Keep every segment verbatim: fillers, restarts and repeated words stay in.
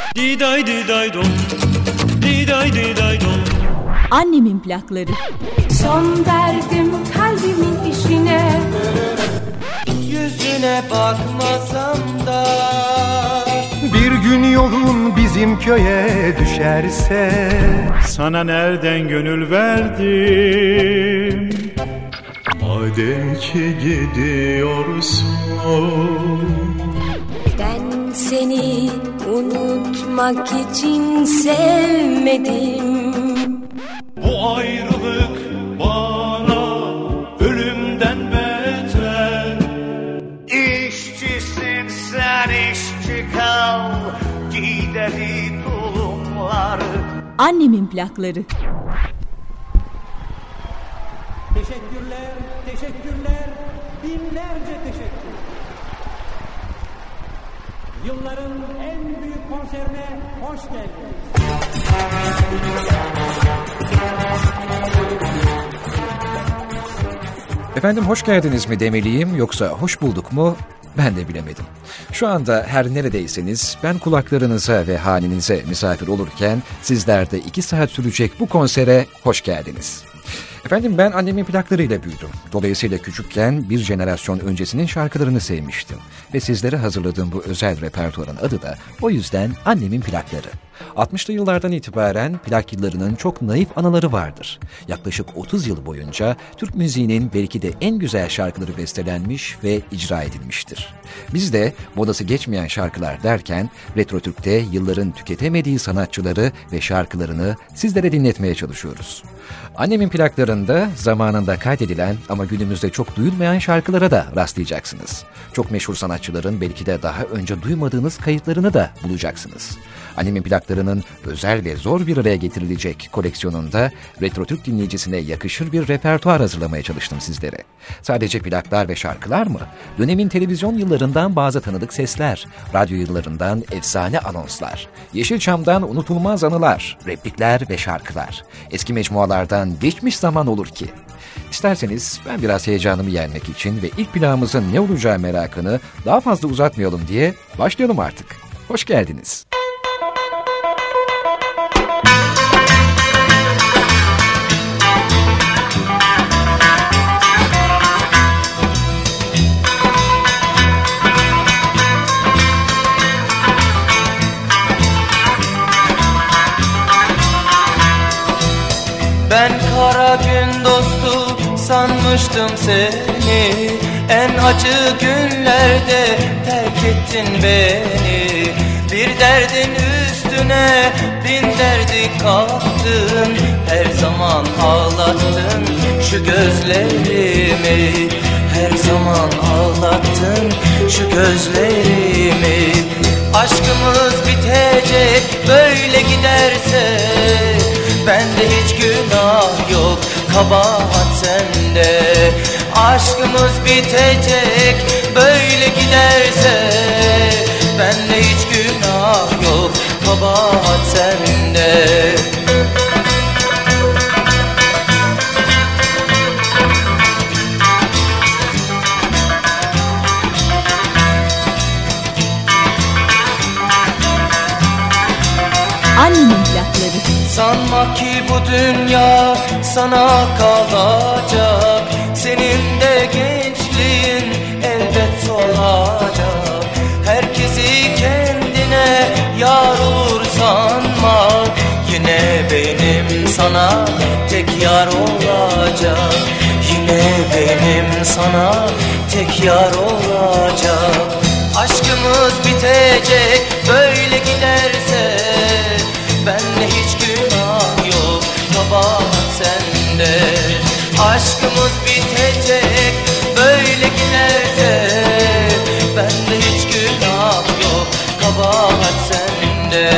Diday diday dom, diday diday dom. Annemin plakları. Son verdim kalbimin işine. Yüzüne bakmasam da. Bir gün yolun bizim köye düşerse. Sana nereden gönül verdim? Madem ki gidiyorsun. Ben seni unutmak için sevmedim. Bu ayrılık bana ölümden beter. İşçisin sen, işçi kal, gideri tulumları. Annemin plakları. Teşekkürler, teşekkürler, binlerce teşekkür. Yılların en büyük konserine hoş geldiniz. Efendim hoş geldiniz mi demeliyim yoksa hoş bulduk mu ben de bilemedim. Şu anda her neredeyseniz ben kulaklarınıza ve halinize misafir olurken sizler de iki saat sürecek bu konsere hoş geldiniz. Efendim ben annemin plaklarıyla büyüdüm. Dolayısıyla küçükken bir jenerasyon öncesinin şarkılarını sevmiştim. Ve sizlere hazırladığım bu özel repertuarın adı da o yüzden annemin plakları. altmışlı yıllardan itibaren plak yıllarının çok naif anıları vardır. Yaklaşık otuz yıl boyunca Türk müziğinin belki de en güzel şarkıları bestelenmiş ve icra edilmiştir. Biz de modası geçmeyen şarkılar derken Retro Türk'te yılların tüketemediği sanatçıları ve şarkılarını sizlere dinletmeye çalışıyoruz. Annemin plaklarında zamanında kaydedilen ama günümüzde çok duyulmayan şarkılara da rastlayacaksınız. Çok meşhur sanatçıların belki de daha önce duymadığınız kayıtlarını da bulacaksınız. Annemin plaklarının özel ve zor bir araya getirilecek koleksiyonunda Retro Türk dinleyicisine yakışır bir repertuar hazırlamaya çalıştım sizlere. Sadece plaklar ve şarkılar mı? Dönemin televizyon yıllarından bazı tanıdık sesler, radyo yıllarından efsane anonslar, Yeşilçam'dan unutulmaz anılar, replikler ve şarkılar, eski mecmualardan geçmiş zaman olur ki. İsterseniz ben biraz heyecanımı yenmek için ve ilk plağımızın ne olacağı merakını daha fazla uzatmayalım diye başlayalım artık. Hoş geldiniz. Ben kara gün dostu sanmıştım seni. En acı günlerde terk ettin beni. Bir derdin üstüne bin derdi kattın. Her zaman ağlattın şu gözlerimi. Her zaman ağlattın şu gözlerimi. Aşkımız bitecek böyle giderse. Bende hiç günah yok, kabahat sende. Aşkımız bitecek böyle giderse. Bende hiç günah yok, kabahat sende. Annemin plakları. Sanma ki bu dünya sana kalacak. Senin de gençliğin elbet solacak. Herkesi kendine yar olur sanma. Yine benim sana tek yar olacak. Yine benim sana tek yar olacak. Aşkımız bitecek böyle giderse. Bende hiç günah yok, kabahat sende. Aşkımız bitecek böyle giderse. Bende hiç günah yok, kabahat sende.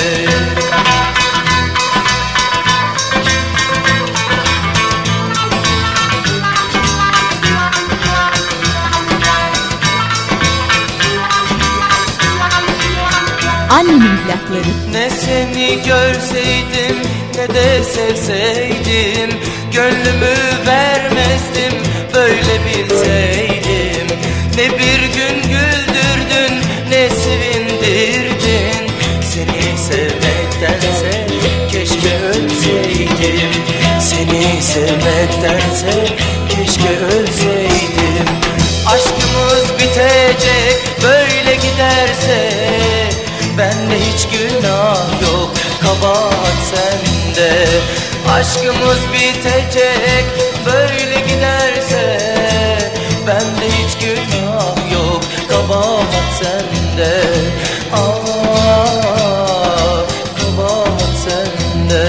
Annemin plakları. Ne seni görseydim ne de sevseydim. Gönlümü vermezdim böyle bilseydim. Ne bir gün güldürdün ne sevindirdin. Seni sevmektense keşke ölseydim. Seni sevmektense keşke ölseydim. Aşkımız bitecek böyle giderse, bende hiç günah yok, kabahat sende. Aşkımız bitecek böyle giderse, bende hiç günah yok, kabahat sende. Aa, kabahat sende.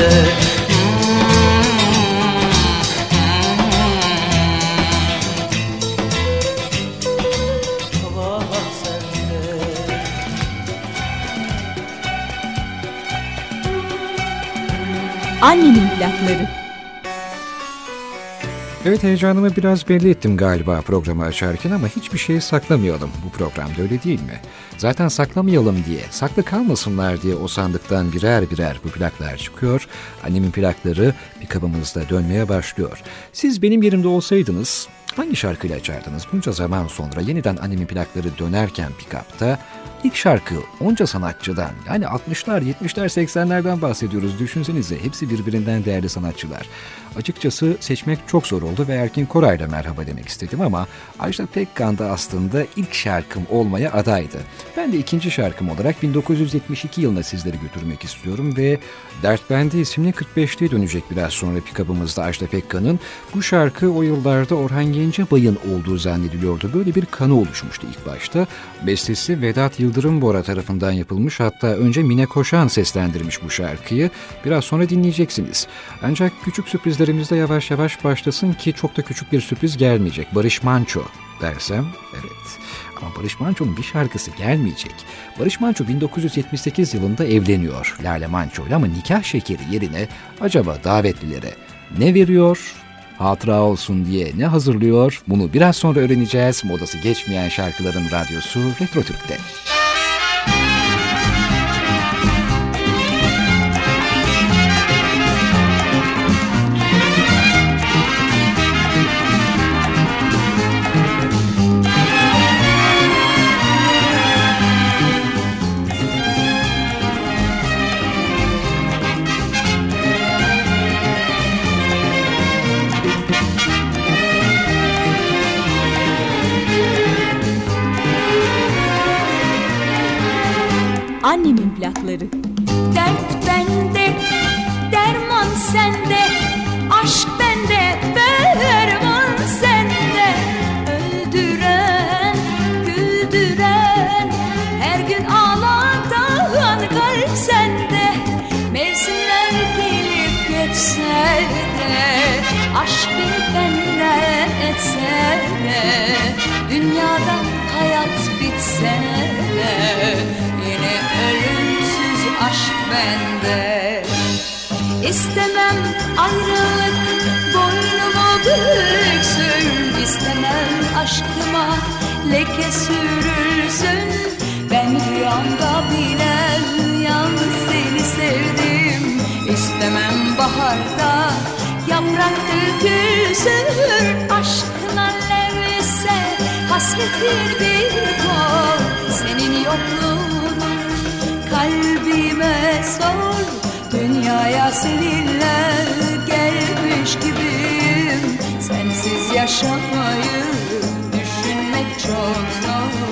Annemin plakları. Evet, heyecanımı biraz belli ettim galiba programı açarken ama hiçbir şeyi saklamayalım. Bu programda öyle değil mi? Zaten saklamayalım diye, saklı kalmasınlar diye o sandıktan birer birer bu plaklar çıkıyor. Annemin plakları pick-up'ımızda dönmeye başlıyor. Siz benim yerimde olsaydınız hangi şarkıyla açardınız? Bunca zaman sonra yeniden annemin plakları dönerken pick-up'ta ilk şarkı onca sanatçıdan, yani altmışlar, yetmişler, seksenlerden bahsediyoruz. Düşünsenize, hepsi birbirinden değerli sanatçılar. Açıkçası seçmek çok zor oldu ve Erkin Koray'la merhaba demek istedim ama Ajda Pekkan da aslında ilk şarkım olmaya adaydı. Ben de ikinci şarkım olarak bin dokuz yüz yetmiş iki yılına sizleri götürmek istiyorum ve Dert Bende isimli kırk beşliğe dönecek biraz sonra pick-up'ımızda Ajda Pekkan'ın. Bu şarkı o yıllarda Orhan Gencebay'ın olduğu zannediliyordu. Böyle bir kanı oluşmuştu ilk başta. Bestesi Vedat Yıldırım Bora tarafından yapılmış, hatta önce Mine Koşan seslendirmiş bu şarkıyı. Biraz sonra dinleyeceksiniz. Ancak küçük sürprizlerimiz de yavaş yavaş başlasın ki çok da küçük bir sürpriz gelmeyecek. Barış Manço dersem, evet. Ama Barış Manço'nun bir şarkısı gelmeyecek. Barış Manço bin dokuz yüz yetmiş sekiz yılında evleniyor Lale Manço'yla ama nikah şekeri yerine acaba davetlilere ne veriyor? Hatıra olsun diye ne hazırlıyor? Bunu biraz sonra öğreneceğiz. Modası geçmeyen şarkıların radyosu Retro Türk'te. Annemin plakları. Dert bende, derman sende, aşk bende, derman sende. Öldüren, güldüren, her gün ağlatan kalp sende. Mevsimler gelip geçse de, aşk beni benden etse de, dünyada hayat bitse de, yine ölümsüz aşk bende. İstemem ayrılık boynumu büksün, İstemem aşkıma leke sürülsün. Ben rüyamda bile yalnız seni sevdim. İstemem baharda yaprak dökülsün. Aşkın alevse hasretin bir kol, senin yokluğun kalbime sor. Dünyaya seninle gelmiş gibiyim. Sensiz yaşamayı düşünmek çok zor.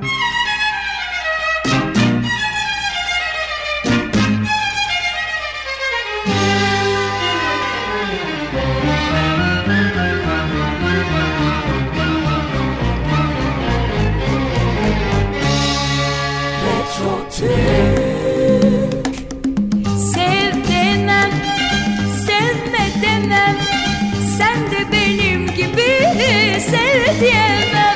Sev demem, sevme demem, sen de benim gibi sev diyemem.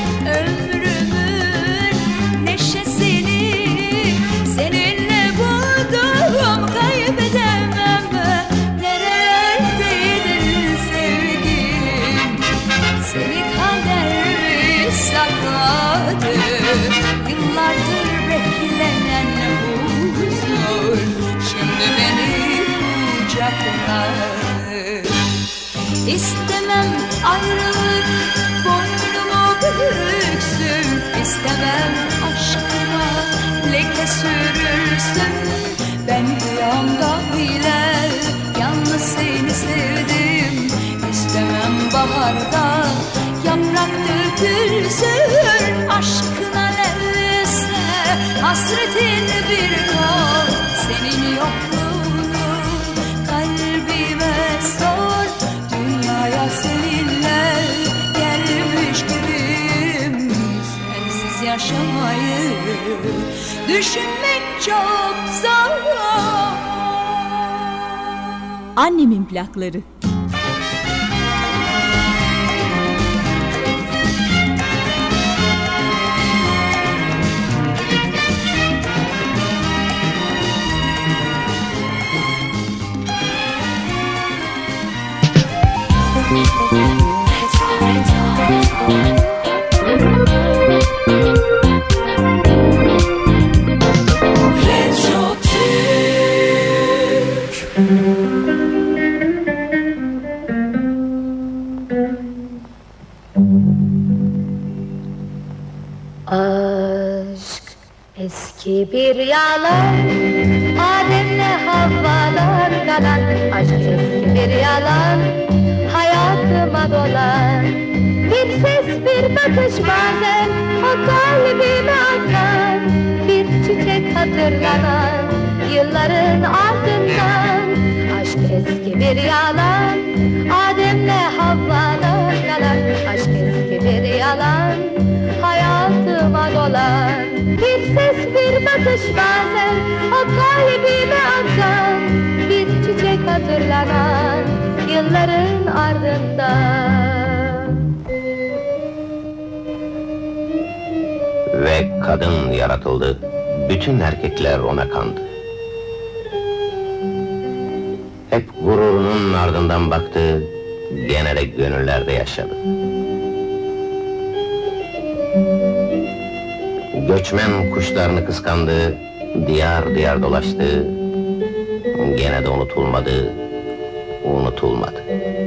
Ömrümün neşesini seninle buldum, kaybedemem. Nerelerdeydin sevgilim, seni kader mi sakladı? Yıllardır beklenen huzur şimdi beni kucakladı. İstemem ayrılık boynumu büksün, İstemem aşkıma leke sürülsün. bir bir kal senin yokluğunu kalbime sor. Dünyaya seninle gelmiş gibiyim. Sensiz yaşamayı düşünmek çok zor. Annemin plakları. Aşk eski bir yalan, Adem'le Havvalar kalan. Aşk eski bir yalan, hayatıma dolan. Bir ses, bir bakış bazen o kalbime akan. Bir çiçek hatırlanan yılların ardından. Aşk eski bir yalan, Adem'le Havvalar kalan. Aşk eski bir yalan, hayatıma dolan. Bir ses, bir bakış bazen o kalbime akan. Bir çiçek hatırlanan yılların ardından. Ve kadın yaratıldı, bütün erkekler ona kandı. Hep gururunun ardından baktı, gene de gönüllerde yaşadı. Göçmen kuşlarını kıskandı, diyar diyar dolaştı. Gene de unutulmadı, unutulmadı.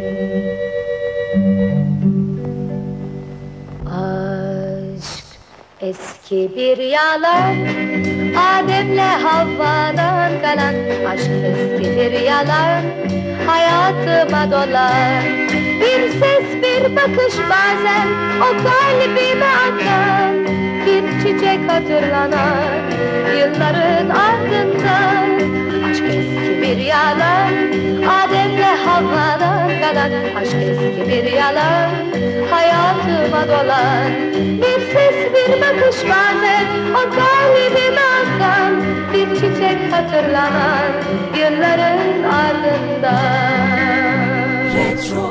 Aşk eski bir yalan, Adem'le Havva'dan kalan. Aşk eski bir yalan, hayatıma dolan. Bir ses, bir bakış bazen o kalbime akan. Bir çiçek hatırlanan yılların ardından. Aşk eski bir yalan, Adem'le Havva'dan kalan. Aşk eski bir yalan, hayatıma dolan. Bir ses, bir bakış bazen o kalbime akan. Bir çiçek hatırlanan yılların ardından. Retro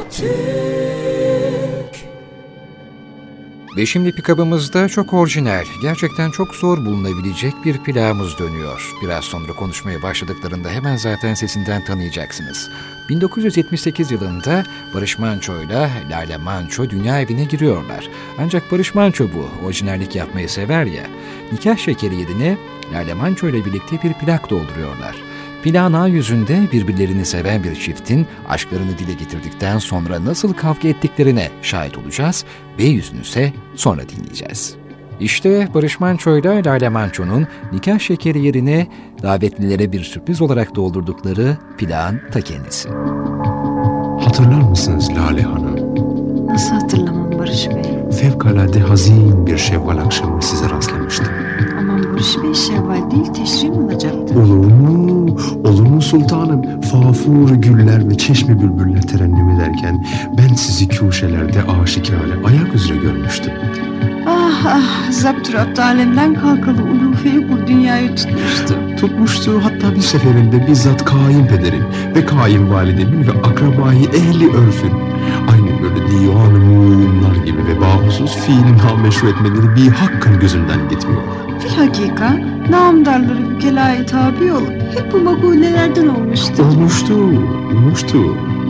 Ve şimdi pikabımızda çok orijinal, gerçekten çok zor bulunabilecek bir plağımız dönüyor. Biraz sonra konuşmaya başladıklarında hemen zaten sesinden tanıyacaksınız. bin dokuz yüz yetmiş sekiz yılında Barış Manço'yla Lale Manço dünya evine giriyorlar. Ancak Barış Manço bu, orijinallik yapmayı sever ya. Nikah şekeri yerine Lale Manço ile birlikte bir plak dolduruyorlar. Plağın A yüzünde birbirlerini seven bir çiftin aşklarını dile getirdikten sonra nasıl kavga ettiklerine şahit olacağız. B yüzünü ise sonra dinleyeceğiz. İşte Barış Manço ile Lale Manço'nun nikah şekeri yerine davetlilere bir sürpriz olarak doldurdukları plağın ta kendisi. Hatırlar mısınız Lale Hanım? Nasıl hatırlamam Barış Bey? Fevkalade hazin bir Şevval akşamı size rastlamıştım. Aman Barış Bey, Şevval değil teşrin olacaktı. Olur mu? Olur mu sultanım? Fafur güller ve çeşme bülbüller terennüm ederken ben sizi kuşelerde aşikare ayak üzere görmüştüm. Ah ah, zapturapt alemden kalkalı ulufeyi bu dünyayı tutmuştu. Tutmuştu, hatta bir seferinde bizzat kayınpederim ve kayınvalidemin ve akrabayı ehli örfün, aynı böyle divan-ı muğumlar gibi ve bahusuz fiilin hameşru etmeleri bir hakkın gözümden gitmiyor. Filhakika namdarları bükelâ-i tabi olup hep bu makulelerden olmuştu. Olmuştu, olmuştu.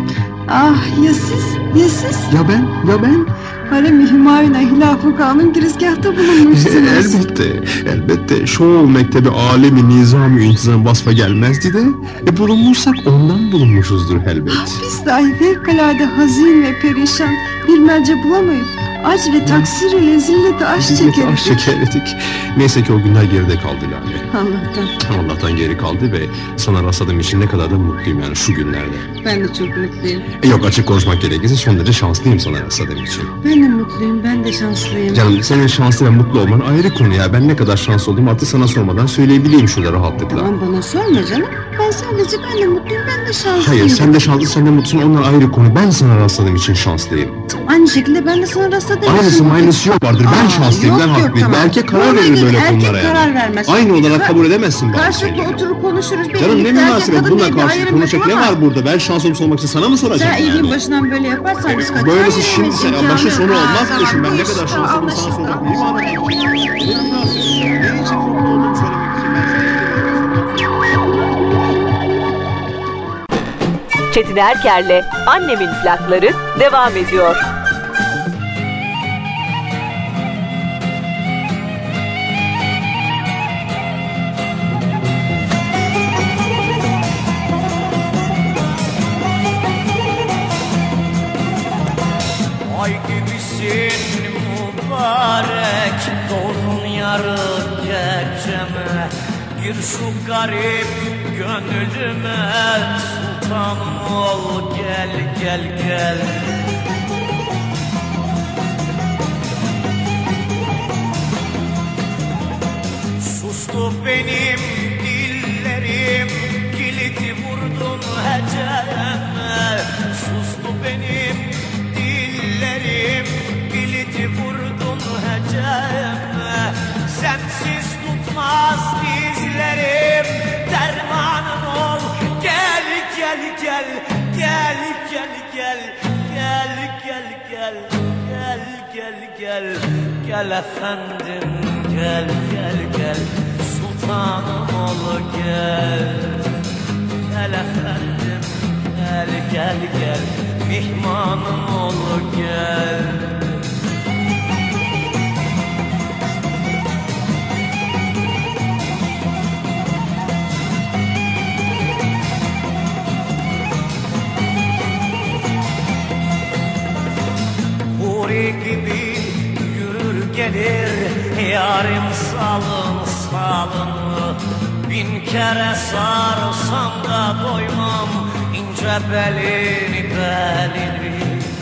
Ah ya siz, ya siz? Ya ben, ya ben? Harem-i Hümayun'a hilaf-ı kanun girizgahta bulunmuşsunuz. Elbette, elbette. Şol mektebi alemi nizam-ı intizam vasfa gelmezdi de e bulunmuşsak ondan bulunmuşuzdur elbet. Ah, biz dahi fevkalade hazin ve perişan bir merce bulamayıp ac ve taksir ile zillete aş çekerdik. Aş çekerdik. Neyse ki o günler geride kaldı Lale. Allah'tan. Allah'tan geri kaldı ve sana rastladığım için ne kadar da mutluyum yani şu günlerde. Ben de çok mutluyum. E yok, açık konuşmak gerekirse son derece şanslıyım sana rastladığım için. Ben de mutluyum, ben de şanslıyım. Canım senin şanslı ve mutlu olman ayrı konu ya. Ben ne kadar şanslı olduğumu artık sana sormadan söyleyebileyim şurada rahatlıkla. Tamam bana sorma canım. Ben sadece ben de mutluyum, ben de şanslıyım. Hayır sen de şanslı, sen de mutlusun, onlar ayrı konu. Ben sana rastladığım için şanslıyım. Aynı şekilde ben de sana rastladığım Aynısı için... aynısı yok vardır. Ben Aa, şanslıyım, yok, ben yok, haklıyım. tamam. Erkek karar Normal verir değil, böyle erkek konulara karar yani. vermez. Aynı olarak Ka- kabul edemezsin bazı Karşılıklı şeyleri. oturup konuşuruz. Canım ne Birlikte erkek münasebet kadın bununla diye bir karşılıklı ayrım konuşacak ne yapılmaz. var burada? Ben şanslı olup olmak için sana mı soracağım Sen yani? ilgin başından böyle yaparsan biz kaçar Böylesi şimdi yemeyiz, sen imkanı başın yok. sonu Ha, olmaz tamam, diyorsun. Ben ne neyse, kadar tamam, şanslı olduğumu sana anlaşıldı, soracağım. İyi mi anladın? Ne münasebet? Benim için mutlu olduğumu söylemek için ben sana Çetin Erker'le Annemin Plakları devam ediyor. Ay gibisin mübarek, doğdun yarı geceme. Gir şu garip gönlüme, sultanım ol gel gel gel. Sustu benim dillerim, kilidi vurdun heceme. Sustu benim dillerim, kilidi vurdun heceme. Sensiz tutmaz dizlerim, dermanım ol gel gel gel gel gel gel gel gel gel gel gel gel gel efendim gel gel gel sultanım ol gel gel efendim gel gel gel mihmanım ol gel. Huri gibi yürür gelir yarim salın salın. Bin kere sarsam da doymam ince belini belini.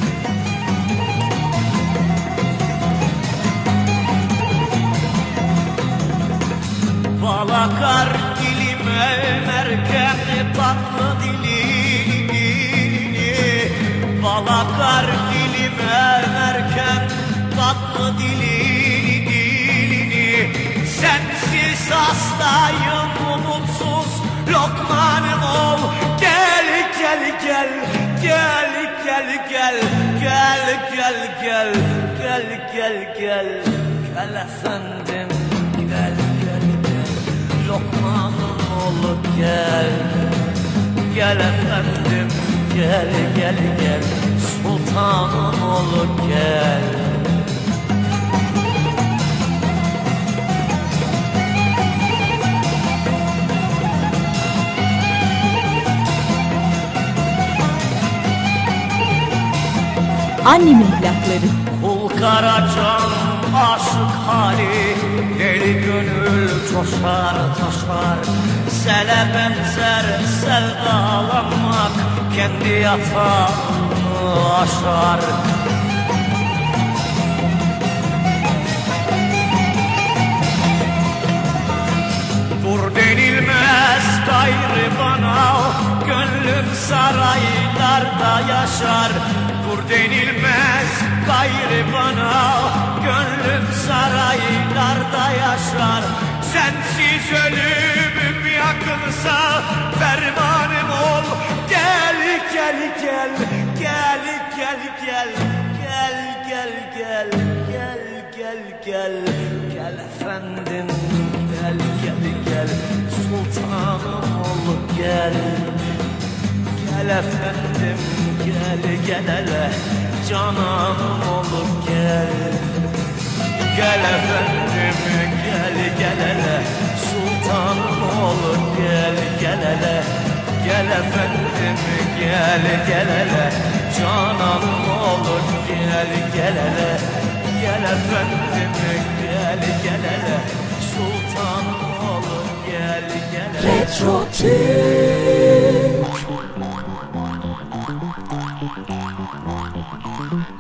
Bal akar dilime merken tatlı dilini dilini. Bal akar dilime merken tatlı dilini dilini. Sensiz hastayım umutsuz lokmanım ol gel gel gel gel gel gel gel gel gel gel gel gel gel efendim gel gel gel lokmanım ol gel gel efendim gel gel gel sultanım ol gel. Annemin Plakları. Kul Karacan aşık hali, deli gönül coşar taşar. Sele benzer sevdalanmak, kendi yatağını aşar. Dur denilmez gayrı bana, gönlüm saraylarda yaşar. Dur denilmez gayrı bana, gönlüm saraylarda yaşar. Sensiz ölümüm yakınsa fermanım ol. Gel gel gel gel gel gel gel gel gel gel gel gel gel efendim gel gel gel sultanım ol gel. Gel efendim gel gel hele cananım olur gel. Gel efendim gel gel hele sultanım olur gel gel hele. Gel efendim gel gel hele cananım olur gel gel hele. Gel efendim gel gel hele sultanım olur gel gel hele. Retro Türk.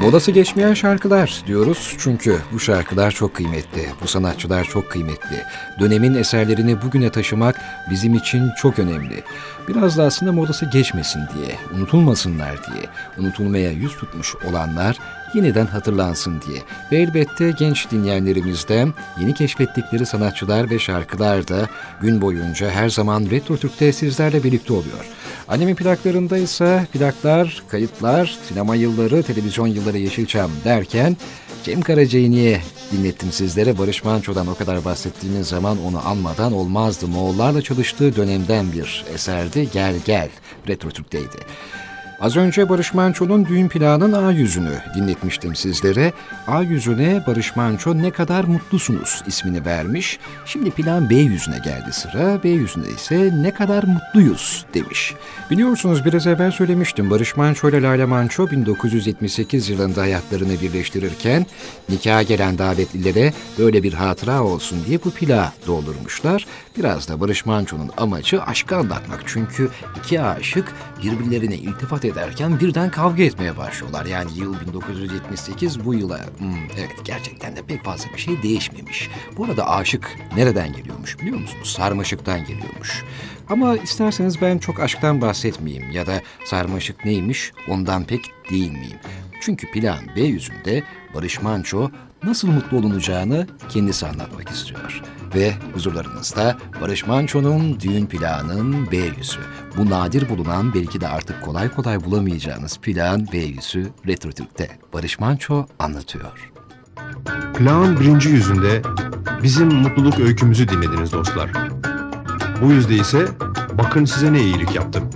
Modası geçmeyen şarkılar diyoruz çünkü bu şarkılar çok kıymetli, bu sanatçılar çok kıymetli. Dönemin eserlerini bugüne taşımak bizim için çok önemli. Biraz da aslında modası geçmesin diye, unutulmasınlar diye, unutulmaya yüz tutmuş olanlar yeniden hatırlansın diye. Ve elbette genç dinleyenlerimizden yeni keşfettikleri sanatçılar ve şarkılar da gün boyunca her zaman Retro Türk'te sizlerle birlikte oluyor. Annemin plaklarında ise plaklar, kayıtlar, sinema yılları, televizyon yılları, Yeşilçam derken Cem Karaca'yı dinlettim sizlere. Barış Manço'dan o kadar bahsettiğimiz zaman onu anmadan olmazdı. Moğollarla çalıştığı dönemden bir eserdi. Gel Gel, Retro Türk'teydi. Az önce Barış Manço'nun düğün planının A yüzünü dinletmiştim sizlere. A yüzüne Barış Manço Ne Kadar Mutlusunuz ismini vermiş. Şimdi plan B yüzüne geldi sıra. B yüzünde ise Ne Kadar Mutluyuz demiş. Biliyorsunuz biraz evvel söylemiştim. Barış Manço ile Lale Manço bin dokuz yüz yetmiş sekiz yılında hayatlarını birleştirirken nikaha gelen davetlilere böyle bir hatıra olsun diye bu plağı doldurmuşlar. Biraz da Barış Manço'nun amacı aşkı anlatmak. Çünkü iki aşık birbirlerine iltifat ederken birden kavga etmeye başlıyorlar. Yani yıl bin dokuz yüz yetmiş sekiz, bu yıla hmm, evet gerçekten de pek fazla bir şey değişmemiş. Bu arada aşık nereden geliyormuş biliyor musunuz? Sarmaşıktan geliyormuş. Ama isterseniz ben çok aşktan bahsetmeyeyim ya da sarmaşık neymiş ondan pek değinmeyeyim. Çünkü plan B yüzünde Barış Manço nasıl mutlu olunacağını kendisi anlatmak istiyor. Ve huzurlarınızda Barış Manço'nun düğün planının B yüzü. Bu nadir bulunan, belki de artık kolay kolay bulamayacağınız plan B yüzü Retro Türk'te. Barış Manço anlatıyor. Plan birinci yüzünde bizim mutluluk öykümüzü dinlediniz dostlar. Bu yüzde ise bakın size ne iyilik yaptım.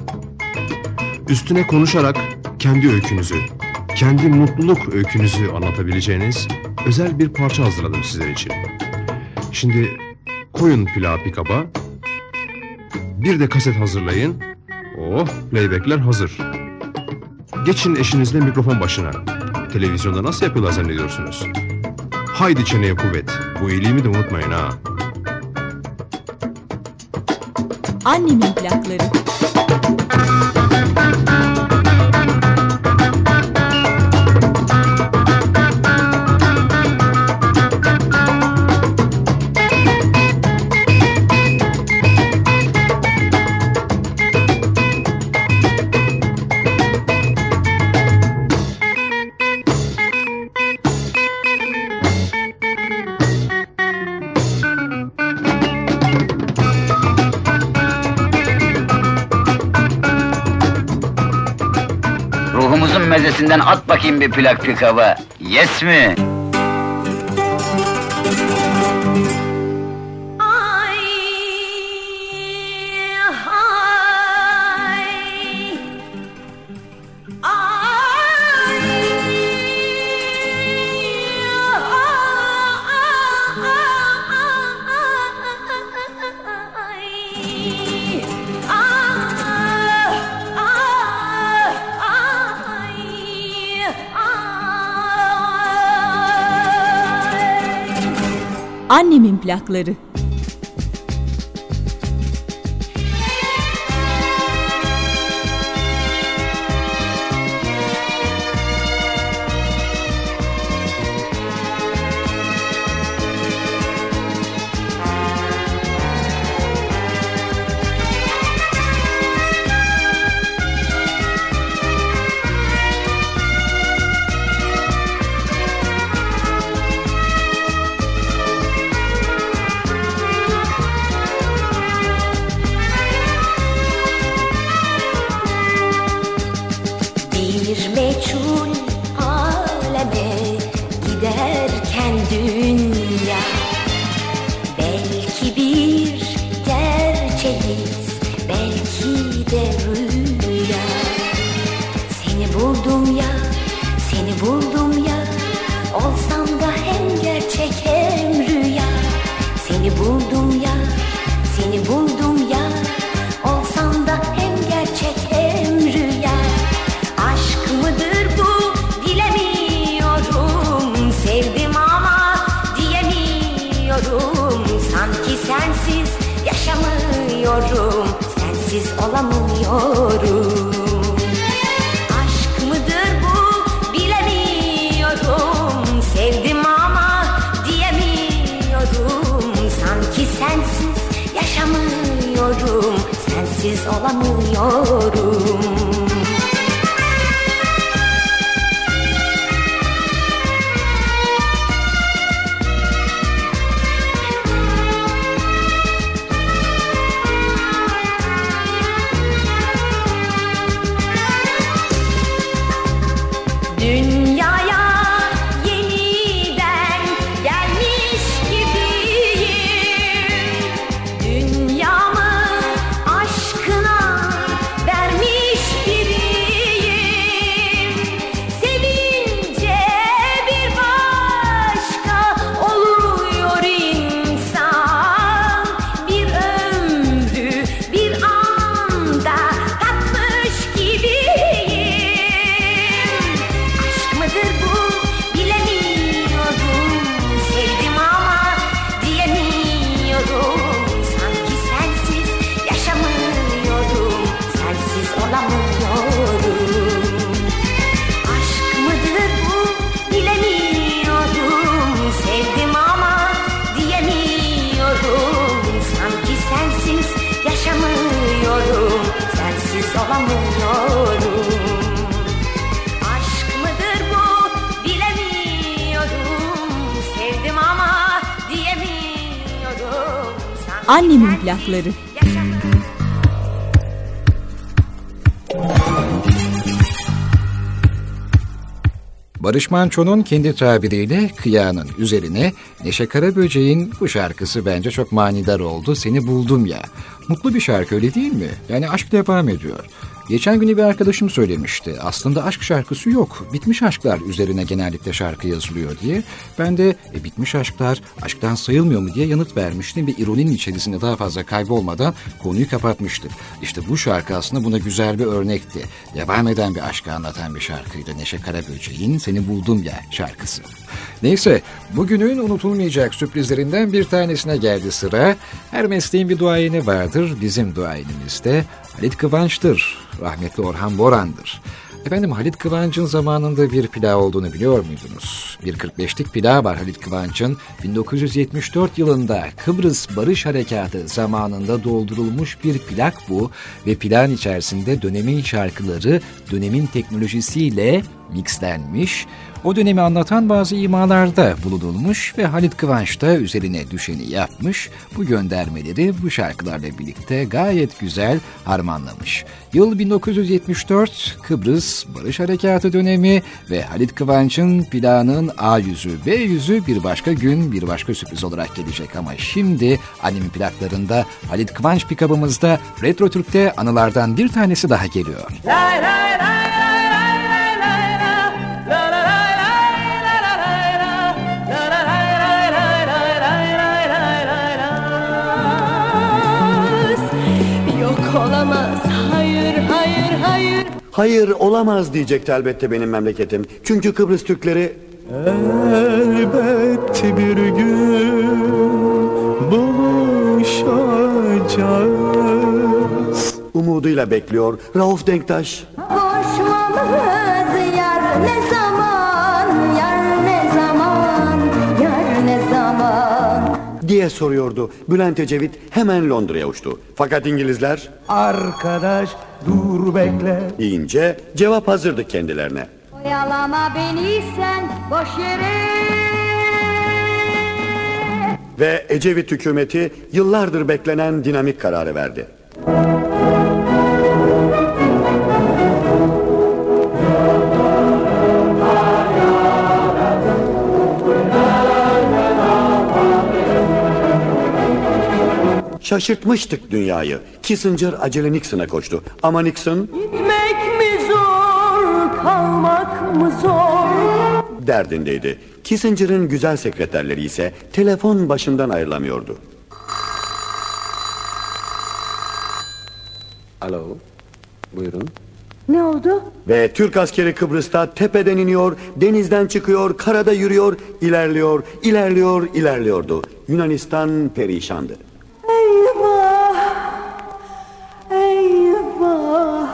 Üstüne konuşarak kendi öykünüzü, kendi mutluluk öykünüzü anlatabileceğiniz özel bir parça hazırladım sizler için. Şimdi koyun plağı pikaba, bir de kaset hazırlayın. Oh, playbackler hazır. Geçin eşinizle mikrofon başına. Televizyonda nasıl yapıyorlar zannediyorsunuz? Haydi çeneye kuvvet. Bu iyiliğimi de unutmayın ha. Annemin plakları. Ruhumuzun mezesinden at bakayım bir plak pikaba. Yes mi? Annemin plakları. Sensiz olamıyorum. Aşk mıdır bu bilemiyorum. yaşamıyorum, sensiz olamıyorum. Annemin plakları. Barış Manço'nun kendi tabiriyle Kıya'nın üzerine Neşe Karaböcek'in bu şarkısı bence çok manidar oldu. Seni buldum ya. Mutlu bir şarkı, öyle değil mi? Yani aşk devam ediyor. Geçen gün bir arkadaşım söylemişti. Aslında aşk şarkısı yok. Bitmiş aşklar üzerine genellikle şarkı yazılıyor diye. Ben de e, bitmiş aşklar aşktan sayılmıyor mu diye yanıt vermiştim ve ironinin içerisinde daha fazla kaybolmadan konuyu kapatmıştık. İşte bu şarkı aslında buna güzel bir örnekti. Devam eden bir aşkı anlatan bir şarkıydı. Neşe Karaböcek'in Seni Buldum Ya şarkısı. Neyse, bugünün unutulmayacak sürprizlerinden bir tanesine geldi sıra. Her mesleğin bir duayeni vardır. Bizim duayenimiz de Halit Kıvanç'tır. Rahmetli Orhan Boran'dır. Efendim, Halit Kıvanç'ın zamanında bir plağı olduğunu biliyor muydunuz? Bir kırk beşlik plağı var Halit Kıvanç'ın. bin dokuz yüz yetmiş dört yılında Kıbrıs Barış Harekatı zamanında doldurulmuş bir plak bu. Ve plağın içerisinde dönemin şarkıları dönemin teknolojisiyle mixlenmiş. O dönemi anlatan bazı imalarda bulunulmuş ve Halit Kıvanç da üzerine düşeni yapmış. Bu göndermeleri bu şarkılarla birlikte gayet güzel harmanlamış. Yıl bin dokuz yüz yetmiş dört, Kıbrıs Barış Harekatı dönemi ve Halit Kıvanç'ın plağının A yüzü, B yüzü bir başka gün, bir başka sürpriz olarak gelecek. Ama şimdi annemin plaklarında Halit Kıvanç pikabımızda Retro Türk'te anılardan bir tanesi daha geliyor. Lay lay lay. Olamaz, hayır, hayır, hayır. Hayır, olamaz diyecekti elbette benim memleketim. Çünkü Kıbrıs Türkleri... Elbette bir gün buluşacağız. Umuduyla bekliyor Rauf Denktaş. Kavuşmamız yar ne zaman, yar ne zaman, yar ne zaman diye soruyordu. Bülent Ecevit hemen Londra'ya uçtu. Fakat İngilizler arkadaş dur bekle deyince cevap hazırdı kendilerine. Oyalama beni sen boş yere. Ve Ecevit hükümeti yıllardır beklenen dinamik kararı verdi. Şaşırtmıştık dünyayı. Kissinger acele Nixon'a koştu. Ama Nixon... Gitmek mi zor, kalmak mı zor? derdindeydi. Kissinger'ın güzel sekreterleri ise telefon başından ayrılamıyordu. Alo, buyurun. Ne oldu? Ve Türk askeri Kıbrıs'ta tepeden iniyor, denizden çıkıyor, karada yürüyor, ilerliyor, ilerliyor, ilerliyordu. Yunanistan perişandı. Eyvah, eyvah,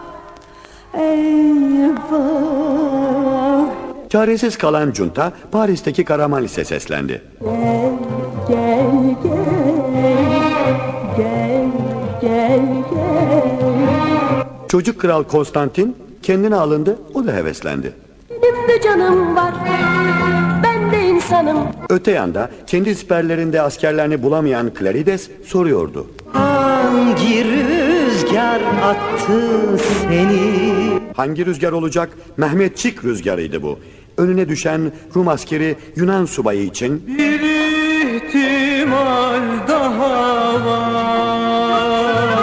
eyvah. Çaresiz kalan junta Paris'teki Karamanlis'e seslendi. Gel, gel, gel, gel. gel gel. Çocuk kral Konstantin kendine alındı, o da heveslendi. Benim de canım var, ben de insanım. Öte yanda kendi siperlerinde askerlerini bulamayan Klarides soruyordu. Hangi rüzgar attı seni? Hangi rüzgar olacak? Mehmetçik rüzgarıydı bu. Önüne düşen Rum askeri Yunan subayı için bir ihtimal daha var.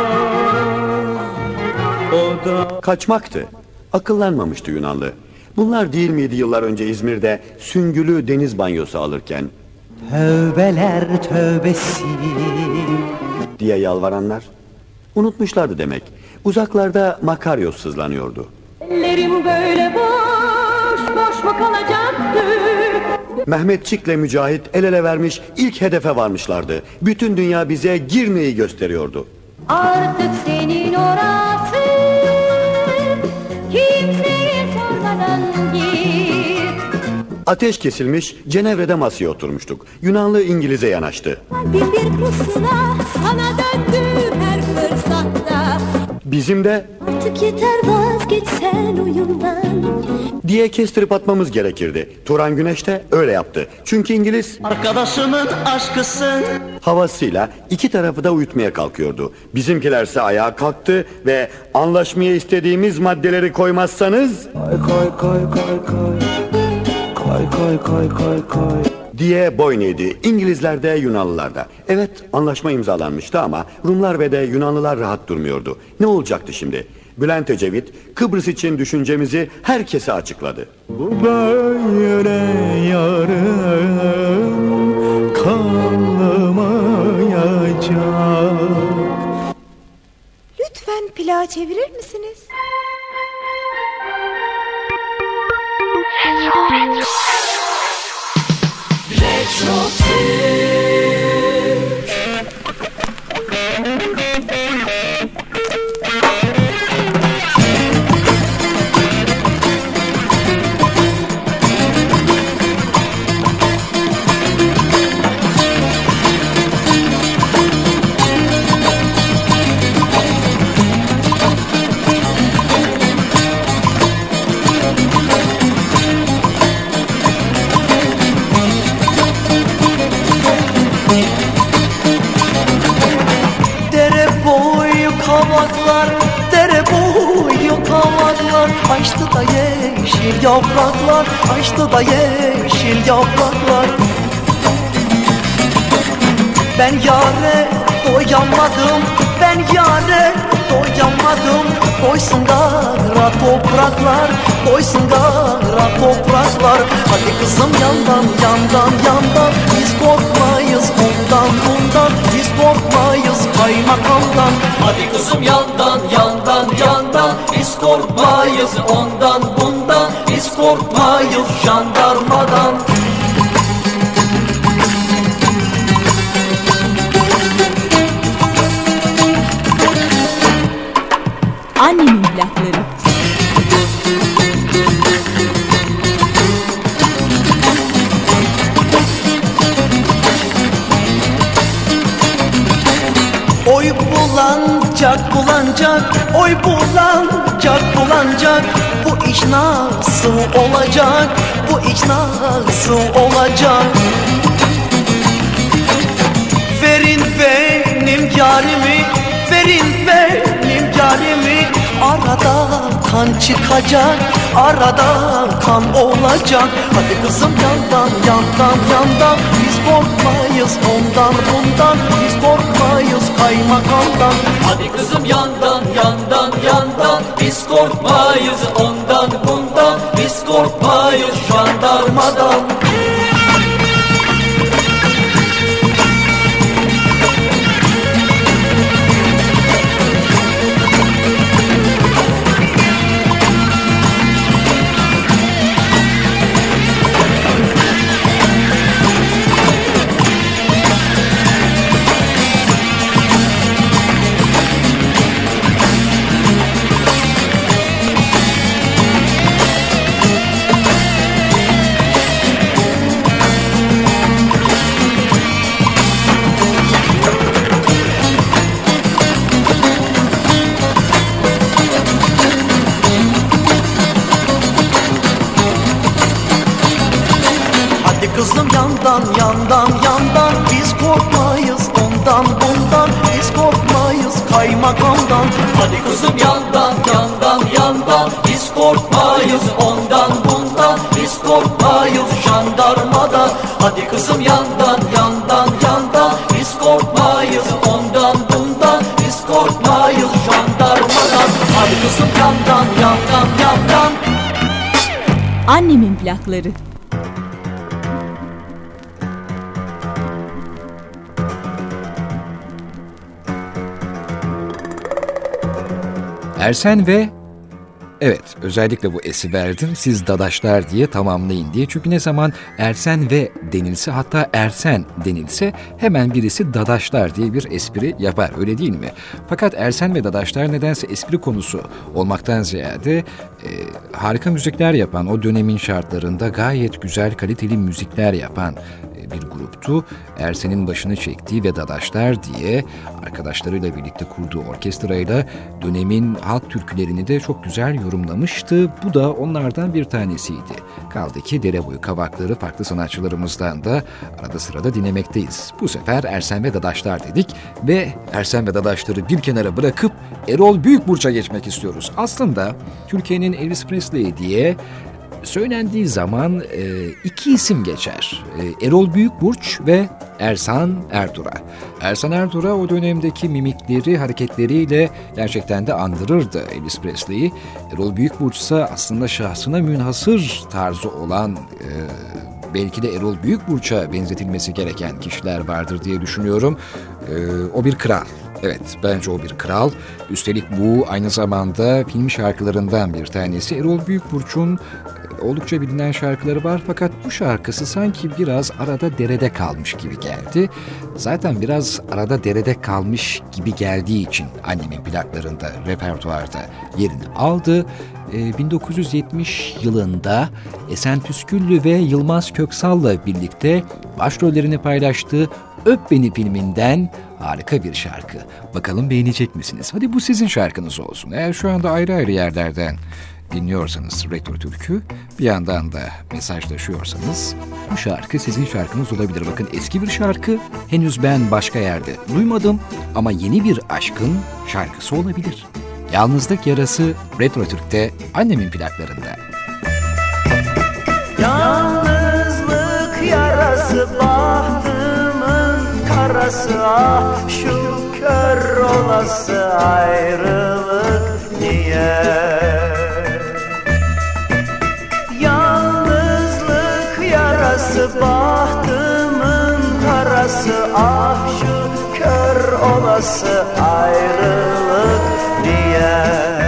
O da kaçmaktı. Akıllanmamıştı Yunanlı. Bunlar değil miydi yıllar önce İzmir'de süngülü deniz banyosu alırken? Tövbeler tövbesi diye yalvaranlar. Unutmuşlardı demek. Uzaklarda Makaryos sızlanıyordu. Ellerim böyle boş boş mu kalacaktı? Mehmetçik'le Mücahit el ele vermiş, ilk hedefe varmışlardı. Bütün dünya bize girmeyi gösteriyordu. Artık senin orası, kimseye sormadan gir. Ateş kesilmiş, Cenevre'de masaya oturmuştuk. Yunanlı İngiliz'e yanaştı. Bir bir pusula sana döndüm her fırsatta. Bizim de artık yeter vazgeç sen oyundan diye kestirip atmamız gerekirdi. Turan Güneş de öyle yaptı. Çünkü İngiliz arkadaşımın aşkısın havasıyla iki tarafı da uyutmaya kalkıyordu. Bizimkilerse ayağa kalktı ve anlaşmaya istediğimiz maddeleri koymazsanız koy koy koy koy koy koy koy koy koy koy diye boyun eğdi. İngilizler de Yunanlılar da. Evet, anlaşma imzalanmıştı ama Rumlar ve de Yunanlılar rahat durmuyordu. Ne olacaktı şimdi? Bülent Ecevit Kıbrıs için düşüncemizi herkese açıkladı. Bu böyle yarın kalmayacak. Lütfen plağı çevirir misiniz? Retro Retro Retro dere boyu kavaklar açtı da yeşil yapraklar, açtı da yeşil yapraklar. Ben yâre doyamadım, ben yâre doyamadım. Doysun gara topraklar, doysun gara topraklar. Hadi kızım yandan yandan yandan, biz korkmayız ondan bundan, biz korkmayız kaymakamdan. Hadi kızım yandan yandan yandan, biz korkmayız ondan bundan, biz korkmayız jandarmadan. Annemin plakları. Oy bulancak bulancak, oy bulancak bulancak. Bu iş nasıl olacak, bu iş nasıl olacak? Verin benim yarimi, verin benim yarimi. Arada kan çıkacak, arada kan olacak. Hadi kızım yandan yandan yandan, biz korkmayız ondan bundan, biz korkmayız kaymakamdan. Hadi kızım yandan yandan yandan, biz korkmayız ondan bundan, biz korkmayız jandarmadan. yandan yandan yandan biz korkmayız ondan bundan biz korkmayız kaymakamdan. Hadi kızım yandan yandan yandan biz korkmayız ondan bundan biz korkmayız jandarmadan. Hadi kızım yandan yandan yandan biz korkmayız ondan bundan biz korkmayız jandarmadan. Hadi kızım yandan yandan yandan. Annemin plakları. Ersen ve... Evet, özellikle bu esi verdim, siz dadaşlar diye tamamlayın diye. Çünkü ne zaman Ersen ve denilse, hatta Ersen denilse hemen birisi dadaşlar diye bir espri yapar, öyle değil mi? Fakat Ersen ve dadaşlar nedense espri konusu olmaktan ziyade e, harika müzikler yapan, o dönemin şartlarında gayet güzel, kaliteli müzikler yapan bir gruptu. Ersen'in başını çektiği ve dadaşlar diye arkadaşlarıyla birlikte kurduğu orkestrayla dönemin halk türkülerini de çok güzel yorumlamıştı. Bu da onlardan bir tanesiydi. Kaldı ki dere boyu kavakları farklı sanatçılarımızdan da arada sırada dinlemekteyiz. Bu sefer Ersen ve dadaşlar dedik ve Ersen ve dadaşları bir kenara bırakıp Erol Büyükburç'a geçmek istiyoruz. Aslında Türkiye'nin Elvis Presley diye söylendiği zaman e, iki isim geçer. E, Erol Büyükburç ve Ersan Ertuğra. Ersan Ertuğra o dönemdeki mimikleri, hareketleriyle gerçekten de andırırdı Elvis Presley'i. Erol Büyükburç ise aslında şahsına münhasır tarzı olan, e, belki de Erol Büyükburç'a benzetilmesi gereken kişiler vardır diye düşünüyorum. E, o bir kral. Evet, bence o bir kral. Üstelik bu aynı zamanda film şarkılarından bir tanesi. Erol Büyükburç'un oldukça bilinen şarkıları var fakat bu şarkısı sanki biraz arada derede kalmış gibi geldi. Zaten biraz arada derede kalmış gibi geldiği için annemin plaklarında, repertuarda yerini aldı. Ee, bin dokuz yüz yetmiş yılında Esen Püsküllü ve Yılmaz Köksal'la birlikte başrollerini paylaştığı Öp Beni filminden harika bir şarkı. Bakalım beğenecek misiniz? Hadi bu sizin şarkınız olsun. Eğer şu anda ayrı ayrı yerlerden dinliyorsanız Retro Türkü, bir yandan da mesajlaşıyorsanız bu şarkı sizin şarkınız olabilir. Bakın, eski bir şarkı, henüz ben başka yerde duymadım ama yeni bir aşkın şarkısı olabilir. Yalnızlık Yarası Retro Türk'te annemin plaklarında. Yalnızlık yarası bahtımın karası, ah şu kör olası ayrılık niye? Yalnızlık yarası bahtımın karası, ah şu kör olası ayrılık niye?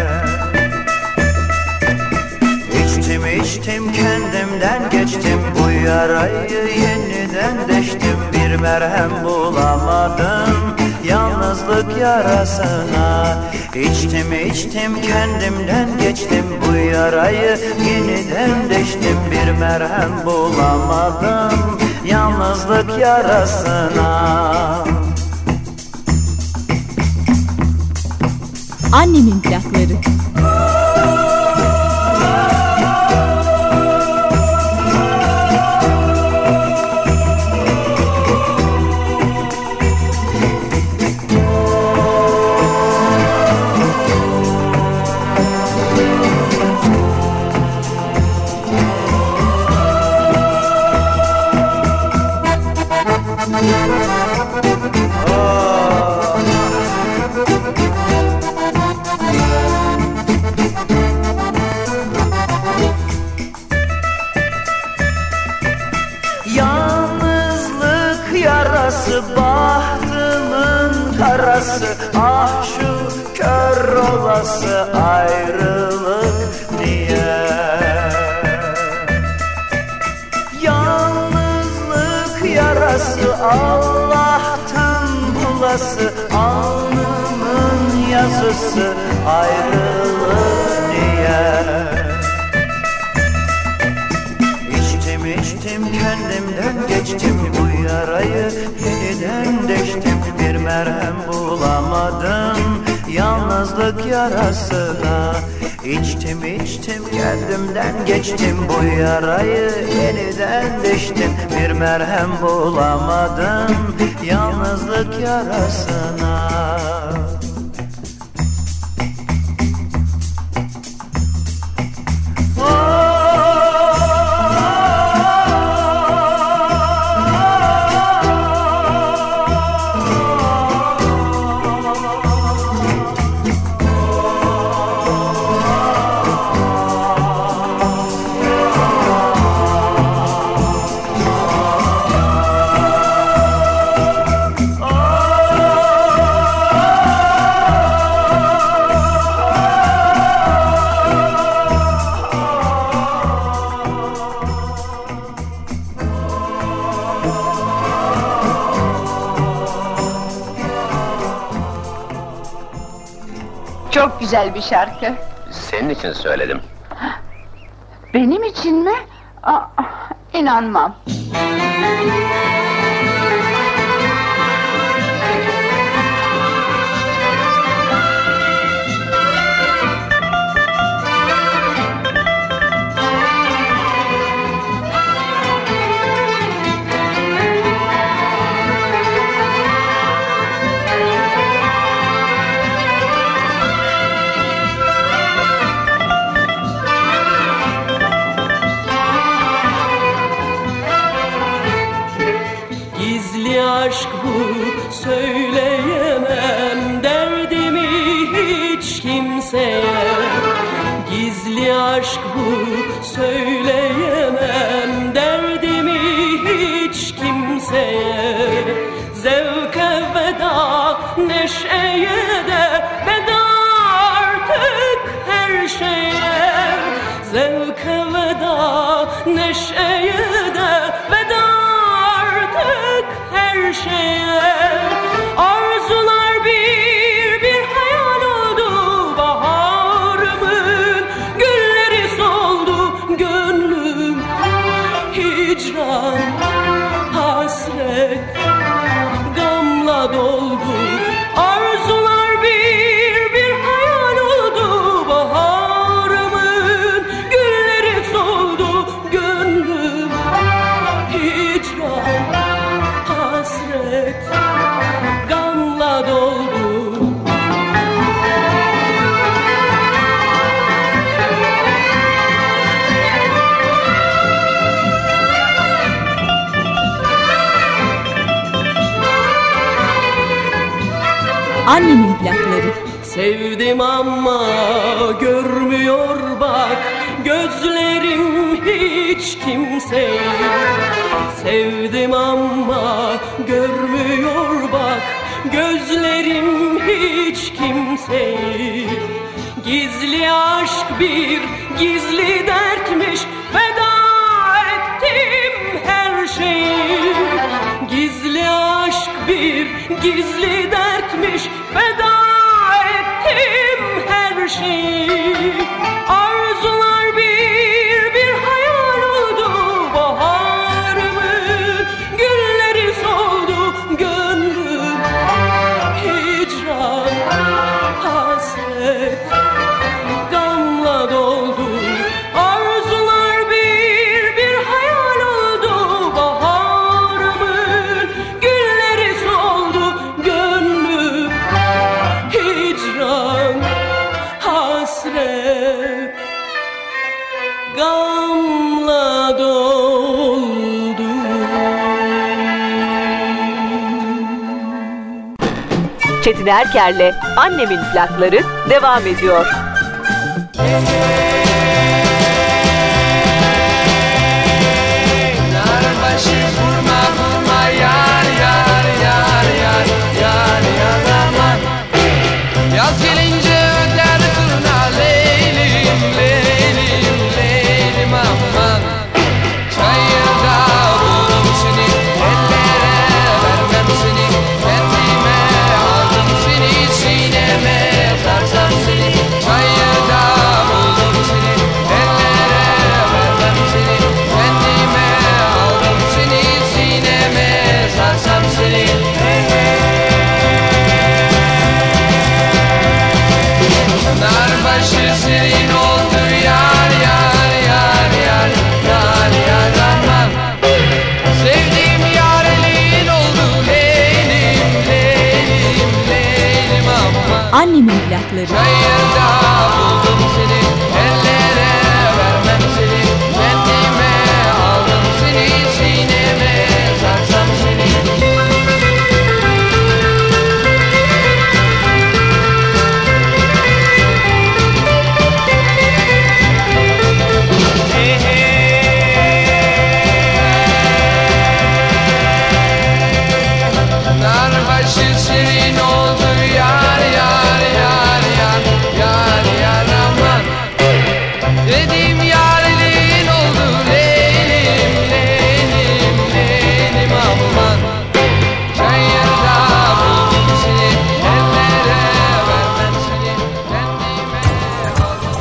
İçtim içtim kendimden geçtim, bu yarayı yeniden deştim, bir merhem bulamadım yalnızlık yarasına. İçtim içtim kendimden geçtim, bu yarayı yeniden deştim, bir merhem bulamadım yalnızlık yarasına. Annemin plakları. Yalnızlık yarası bahtımın karası, ah şu kör olası ayrılık niye? Yalnızlık yarası Allah'tan bulası, alnımın yazısı ayrılık niye? İçtim içtim kendimden geçtim, bu yarayı yeniden deştim, bir merhem bulamadım yalnız yalnızlık yarasına. İçtim içtim kendimden geçtim, bu yarayı yeniden deştim. Bir merhem bulamadım yalnızlık yarasına. Çok güzel bir şarkı. Senin için söyledim. Benim için mi? Aa, inanmam. Aşk bu, söyleyemem derdimi hiç kimseye. Gizli aşk bu, söyleyemem derdimi hiç kimseye. Zevke veda, neşeye de veda artık her şeye. Zevke veda, neşeye de veda artık her şeye. Arzular bir bir hayal oldu, baharımın gülleri soldu. Gönlüm hicran, hasret, gamla doldu. Arzular bir bir hayal oldu, baharımın gülleri soldu. Gönlüm hicran, hasret, gamla doldu. Annemin plakları. Sevdim ama görmüyor bak gözlerim hiç kimseyi. Sevdim ama görmüyor bak gözlerim hiç kimseyi. Gizli aşk bir gizli dertmiş, feda ettim her şeyi. Gizli aşk bir gizli dertmiş, feda ettim her şeyi. Arzular bir bir hayal oldu, baharımın gülleri soldu. Gönlüm hicran, hasret, gamla doldu. Arzular bir bir hayal oldu, baharımın gülleri soldu. Gönlüm hicran, hasret, gamla doldu. Çetin Erker'le Annemin plakları devam ediyor. Narbaşı vurma vurma yar yar yar yar yar yar aman. Yaz gelince öder turna leylim leylim leylim aman. Çayırda bulurum seni, ellere vermem seni. Kendime aldım seni, sineme sarsam seni. Çayırda bulurum seni. plakları. Çayırda buldum seni, ellere vermem seni, kendime aldım seni, sineme sarsam seni. Narbaşı senin oldu yar yar yar yar yar yar aman. Dedim yariliğin oldu leylim leylim leylim aman. Çayırda buldum seni, ellere vermem seni, kendime aldım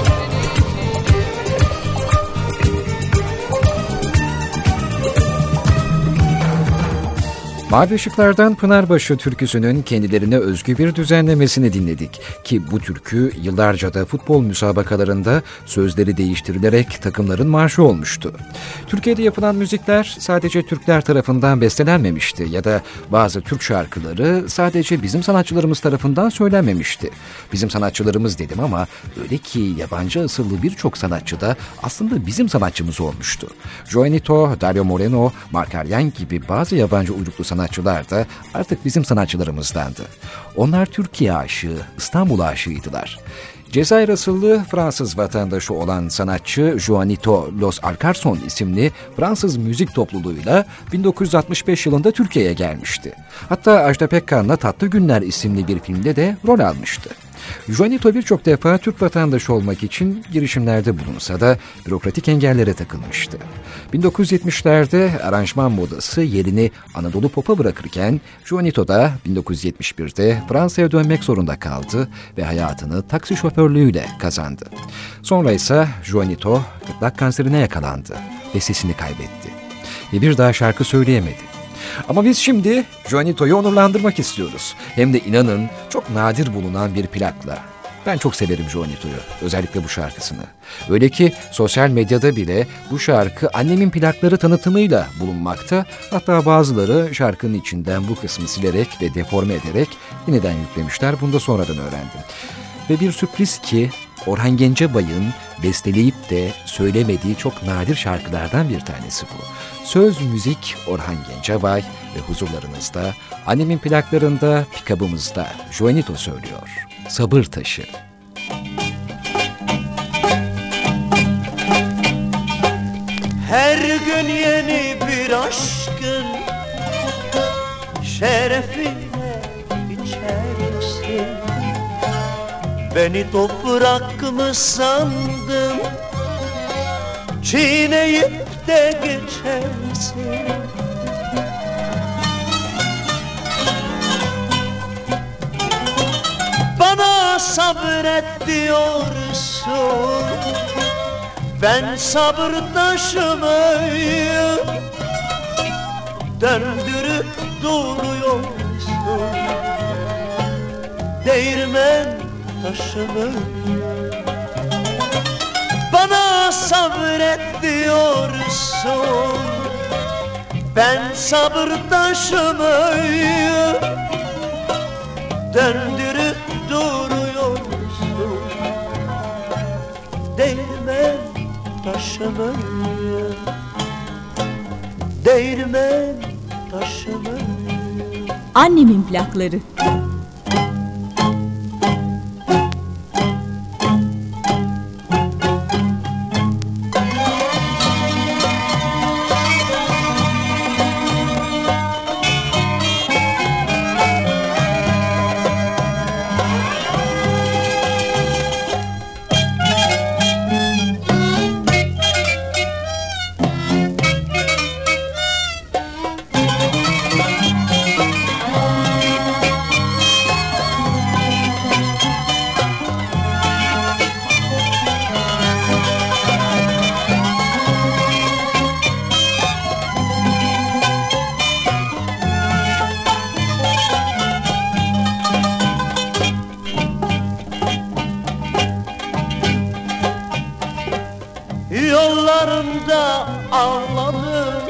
Mavi Işıklar'dan Pınarbaşı türküsünün kendilerine özgü bir düzenlemesini dinledik. Ki bu türkü yıllarca da futbol müsabakalarında sözleri değiştirilerek takımların marşı olmuştu. Türkiye'de yapılan müzikler sadece Türkler tarafından bestelenmemişti ya da bazı Türk şarkıları sadece bizim sanatçılarımız tarafından söylenmemişti. Bizim sanatçılarımız dedim ama öyle ki yabancı asıllı birçok sanatçı da aslında bizim sanatçımız olmuştu. Joanito, Dario Moreno, Mark Aryan gibi bazı yabancı uyruklu sanatçılar da artık bizim sanatçılarımızdandı. Onlar Türkiye aşığı, İstanbul aşığıydılar. Cezayir asıllı Fransız vatandaşı olan sanatçı Joanito Los Alcarson isimli Fransız müzik topluluğuyla bin dokuz yüz altmış beş yılında Türkiye'ye gelmişti. Hatta Ajda Pekkan'la Tatlı Günler isimli bir filmde de rol almıştı. Joanito birçok defa Türk vatandaşı olmak için girişimlerde bulunsa da bürokratik engellere takılmıştı. bin dokuz yüz yetmişlerde aranjman modası yerini Anadolu Pop'a bırakırken Joanito da bin dokuz yüz yetmiş birde Fransa'ya dönmek zorunda kaldı ve hayatını taksi şoförlüğüyle kazandı. Sonra ise Joanito gırtlak kanserine yakalandı ve sesini kaybetti ve bir daha şarkı söyleyemedi. Ama biz şimdi Joanito'yu onurlandırmak istiyoruz. Hem de inanın çok nadir bulunan bir plakla. Ben çok severim Joanito'yu, özellikle bu şarkısını. Öyle ki sosyal medyada bile bu şarkı annemin plakları tanıtımıyla bulunmakta. Hatta bazıları şarkının içinden bu kısmı silerek ve deforme ederek yeniden yüklemişler. Bunu da sonradan öğrendim. Ve bir sürpriz ki Orhan Gencebay'ın besteleyip de söylemediği çok nadir şarkılardan bir tanesi bu. Söz müzik Orhan Gencebay ve huzurlarınızda annemin plaklarında pikabımızda Joanito söylüyor. Sabır Taşı. Her gün yeni bir aşkın şerefine içersin. Beni toprak mı sandın, çiğneyip de geçersin. Bana sabret diyorsun, ben sabır taşımayı döndürüp duruyorsun. Değirmen taşımayı bana sabret diyorsun, ben sabır taşımayı döndürüp duruyorsun. Değirmen taşımayı, değirmen taşımayı. Annemin plakları. Yollarında ağladım,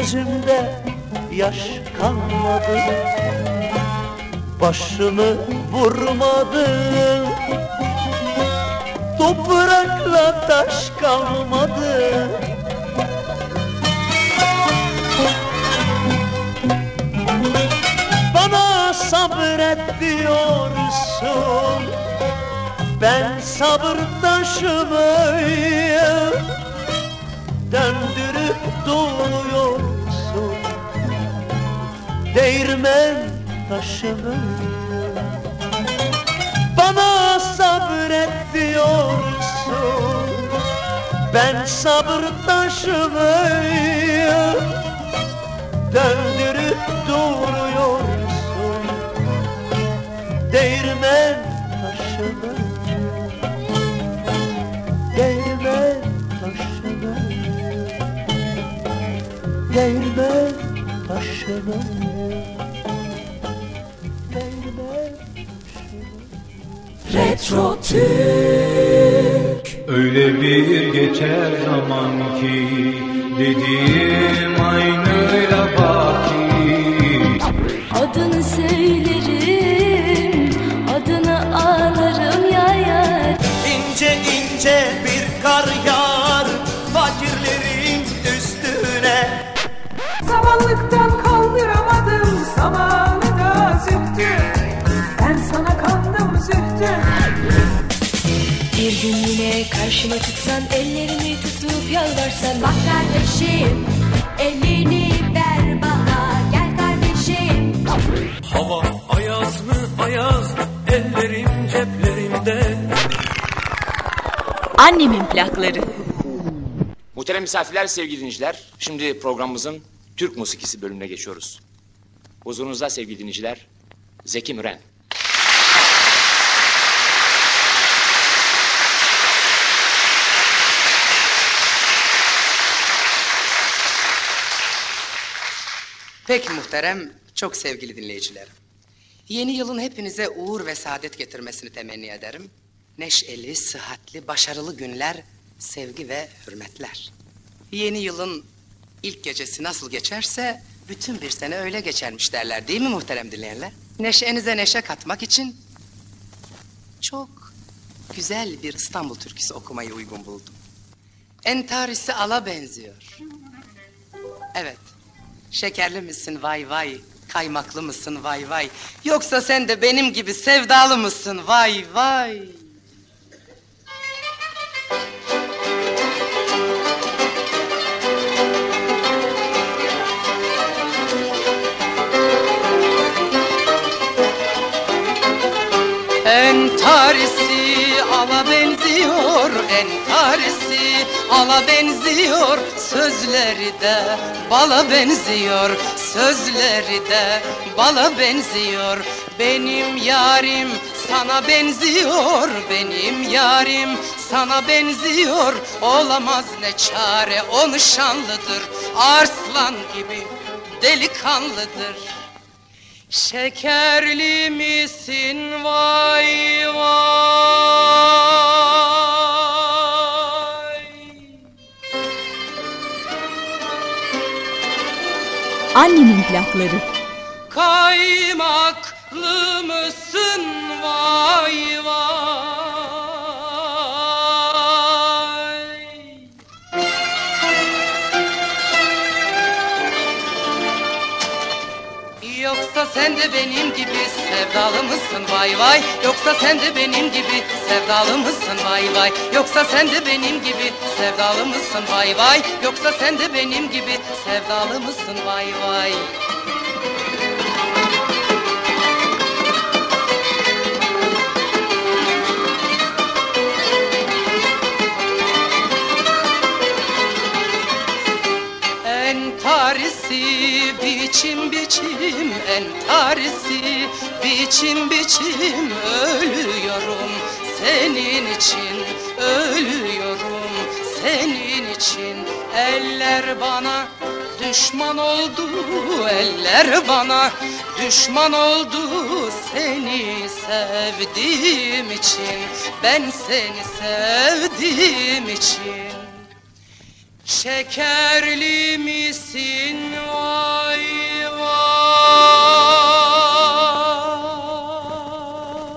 gözümde yaş kalmadı. Başımı vurmadı. Toprakla taş kalmadı. Bana sabret diyorsun, ben sabır taşımayı döndürüp duruyorsun, değirmen taşımayı. Bana sabret diyorsun, ben sabır taşımayı döndürüp duruyorsun, değirmen taşımayı. Değirmen taşımayı, değirmen taşımayı, değirmen taşımayı. Retro Türk. Öyle bir geçer zaman ki dediğim aynıyla baki. Adını söylerim, adını ağlarım yayar. İnce ince bir kar yağar fakirlerin üstüne. Zamanlıktan kaldıramadım zamanı da zühtü. Ben sana kandım zühtü. Bir gün yine karşıma çıksan, ellerimi tutup yalvarsan, bak kardeşim, elini ver bana, gel kardeşim. Hava ayaz mı ayaz, ellerim ceplerimde. Annemin plakları. Muhterem misafirler, sevgili dinleyiciler, şimdi programımızın Türk musikisi bölümüne geçiyoruz. Huzurunuzda sevgili dinleyiciler, Zeki Müren. Peki muhterem, çok sevgili dinleyicilerim. Yeni yılın hepinize uğur ve saadet getirmesini temenni ederim. Neşeli, sıhhatli, başarılı günler, sevgi ve hürmetler. Yeni yılın ilk gecesi nasıl geçerse bütün bir sene öyle geçermiş derler, değil mi muhterem dinleyenler? Neşenize neşe katmak için çok güzel bir İstanbul türküsü okumayı uygun buldum. Entarisi ala benziyor. Evet, şekerli misin vay vay, kaymaklı mısın vay vay, yoksa sen de benim gibi sevdalı mısın vay vay. Entarisi ala benziyor, entarisi ala benziyor, sözleri de bala benziyor, sözleri de bala benziyor. Benim yarim sana benziyor, benim yarim sana benziyor. Olamaz ne çare, o nişanlıdır, arslan gibi delikanlıdır. Şekerli misin vay vay. Annemin plakları. Kaymaklı mısın vay vay. Yoksa sen de benim gibi sevdalı mısın vay vay. Yoksa sen de benim gibi sevdalı mısın vay vay. Yoksa sen de benim gibi sevdalı mısın vay vay. Yoksa sen de benim gibi sevdalı mısın vay vay. Entarisi biçim biçim, entarisi biçim biçim, ölüyorum senin için, ölüyorum senin için. Eller bana düşman oldu, eller bana düşman oldu, seni sevdiğim için, ben seni sevdiğim için. Şekerli misin vay vay.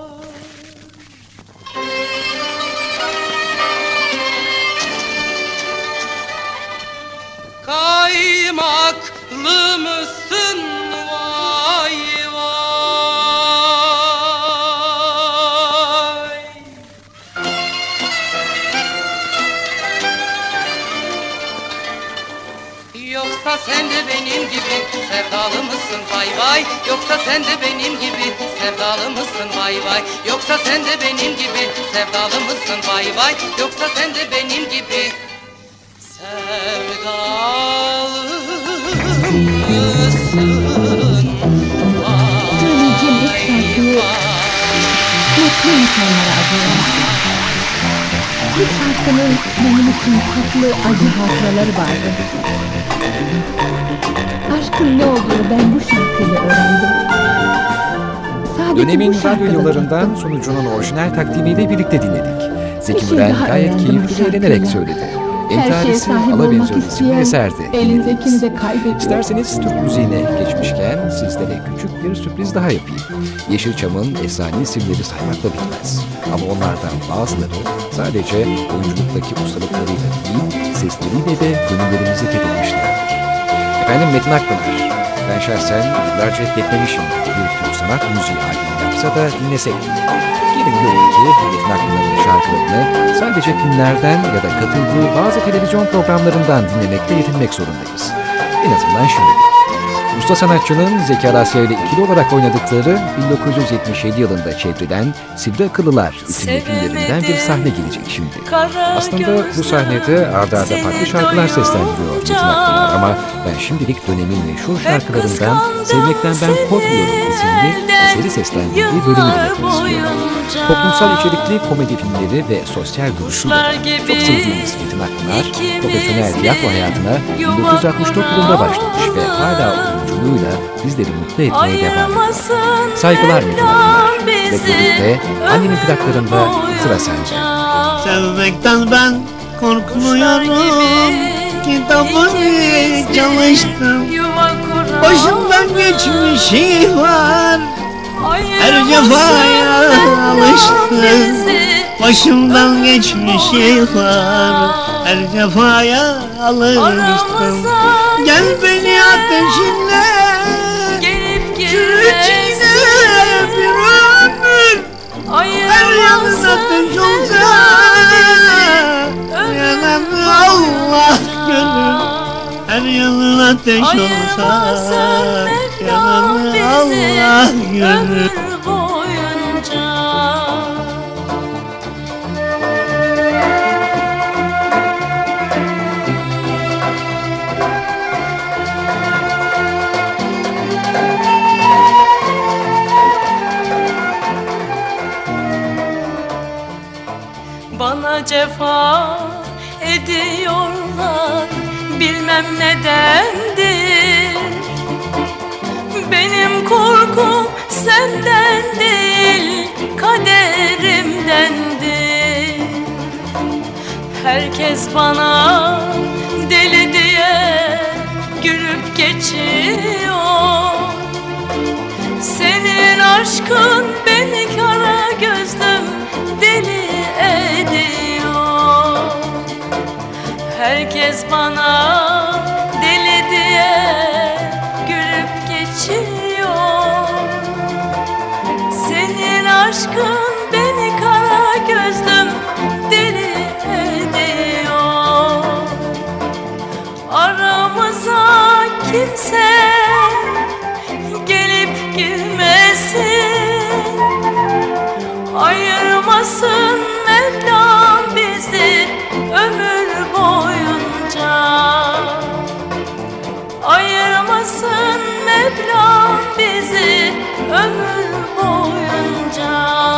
sen de benim gibi sevdalı mısın vay vay? Yoksa sen de benim gibi sevdalı mısın vay vay? Yoksa sen de benim gibi sevdalı mısın vay vay? Yoksa sen de benim gibi sevdalı mısın? Söyleyeceğim ilk şarkıyı mutlu insanlara adıyorum. Bu şarkının benim için tatlı acı hatıraları vardı. Aşkın ne olduğunu ben bu şarkıyla öğrendim. Sadece Dönemin bu radyo yıllarından sunucunun orijinal takdimiyle birlikte dinledik. Zeki Müren gayet keyifli ve eğlenerek söyledi. Entarisi Alabenzer isimli eserdi. Elindekini de kaybediyor. İsterseniz Türk müziğine geçmişken sizlere küçük bir sürpriz daha yapayım. Yeşilçam'ın efsane isimleri saymakla bitmez. Ama onlardan bazıları sadece oyunculuktaki ustalıklarıyla değil, sesleriyle de gönüllerimizi fethetmişlerdir. Efendim Metin Akpınar, ben şahsen yıllarca beklemişim bir Türk sanat müziği albümü yapsa da dinlesek. Gelin görün ki Metin Akpınar'ın şarkılarını sadece filmlerden ya da katıldığı bazı televizyon programlarından dinlemekle yetinmek zorundayız. En azından şimdilik. Usta sanatçının Zeki Alasya ile ikili olarak oynadıkları bin dokuz yüz yetmiş yedi yılında çevrilen Sivri Akıllılar isimli filmlerinden bir sahne gelecek şimdi. Aslında bu sahnede arda arda farklı şarkılar seslendiriyor Metin Akpınar ama ben şimdilik dönemin meşhur şarkılarından Sevmekten Ben Korkmuyorum isimli eseri seslendirdiği bölümü dinletmek istiyorum. Toplumsal içerikli komedi filmleri ve sosyal duruşuyla çok sevdiğimiz Metin Akpınar, profesyonel tiyatro hayatına bin dokuz yüz altmış dört yılında başlamış ve hala oyunculuğuyla bizleri mutlu etmeye devam ediyor. Saygılar Metin Akpınar ve birlikte Annemin Plaklarında sıra sende. Sevmekten ben korkmuyorum, kitabını çalıştım, başımdan geçmişi var, her cefaya alıştım, başımdan geçmişi var, her cefaya alıştım. Gel beni ateşinle sürücüyle bir ömür, her yanın ateş olsa yanan Allah gönül, her yanın ateş olsa yanan Allah gönül. Bana cefa ediyorlar, bilmem nedendir. Benim korkum senden değil, kaderimdendir. Herkes bana deli diye gülüp geçiyor. Senin aşkın beni kara gözlüm deli ediyor. Herkes bana deli diye gülüp geçiyor. Senin aşkın beni kara gözlüm deli ediyor. Aramıza kimse gelip girmesin, ayırmasın Mevlam bizi ömür boyunca. Ayırmasın Mevlam bizi ömür boyunca.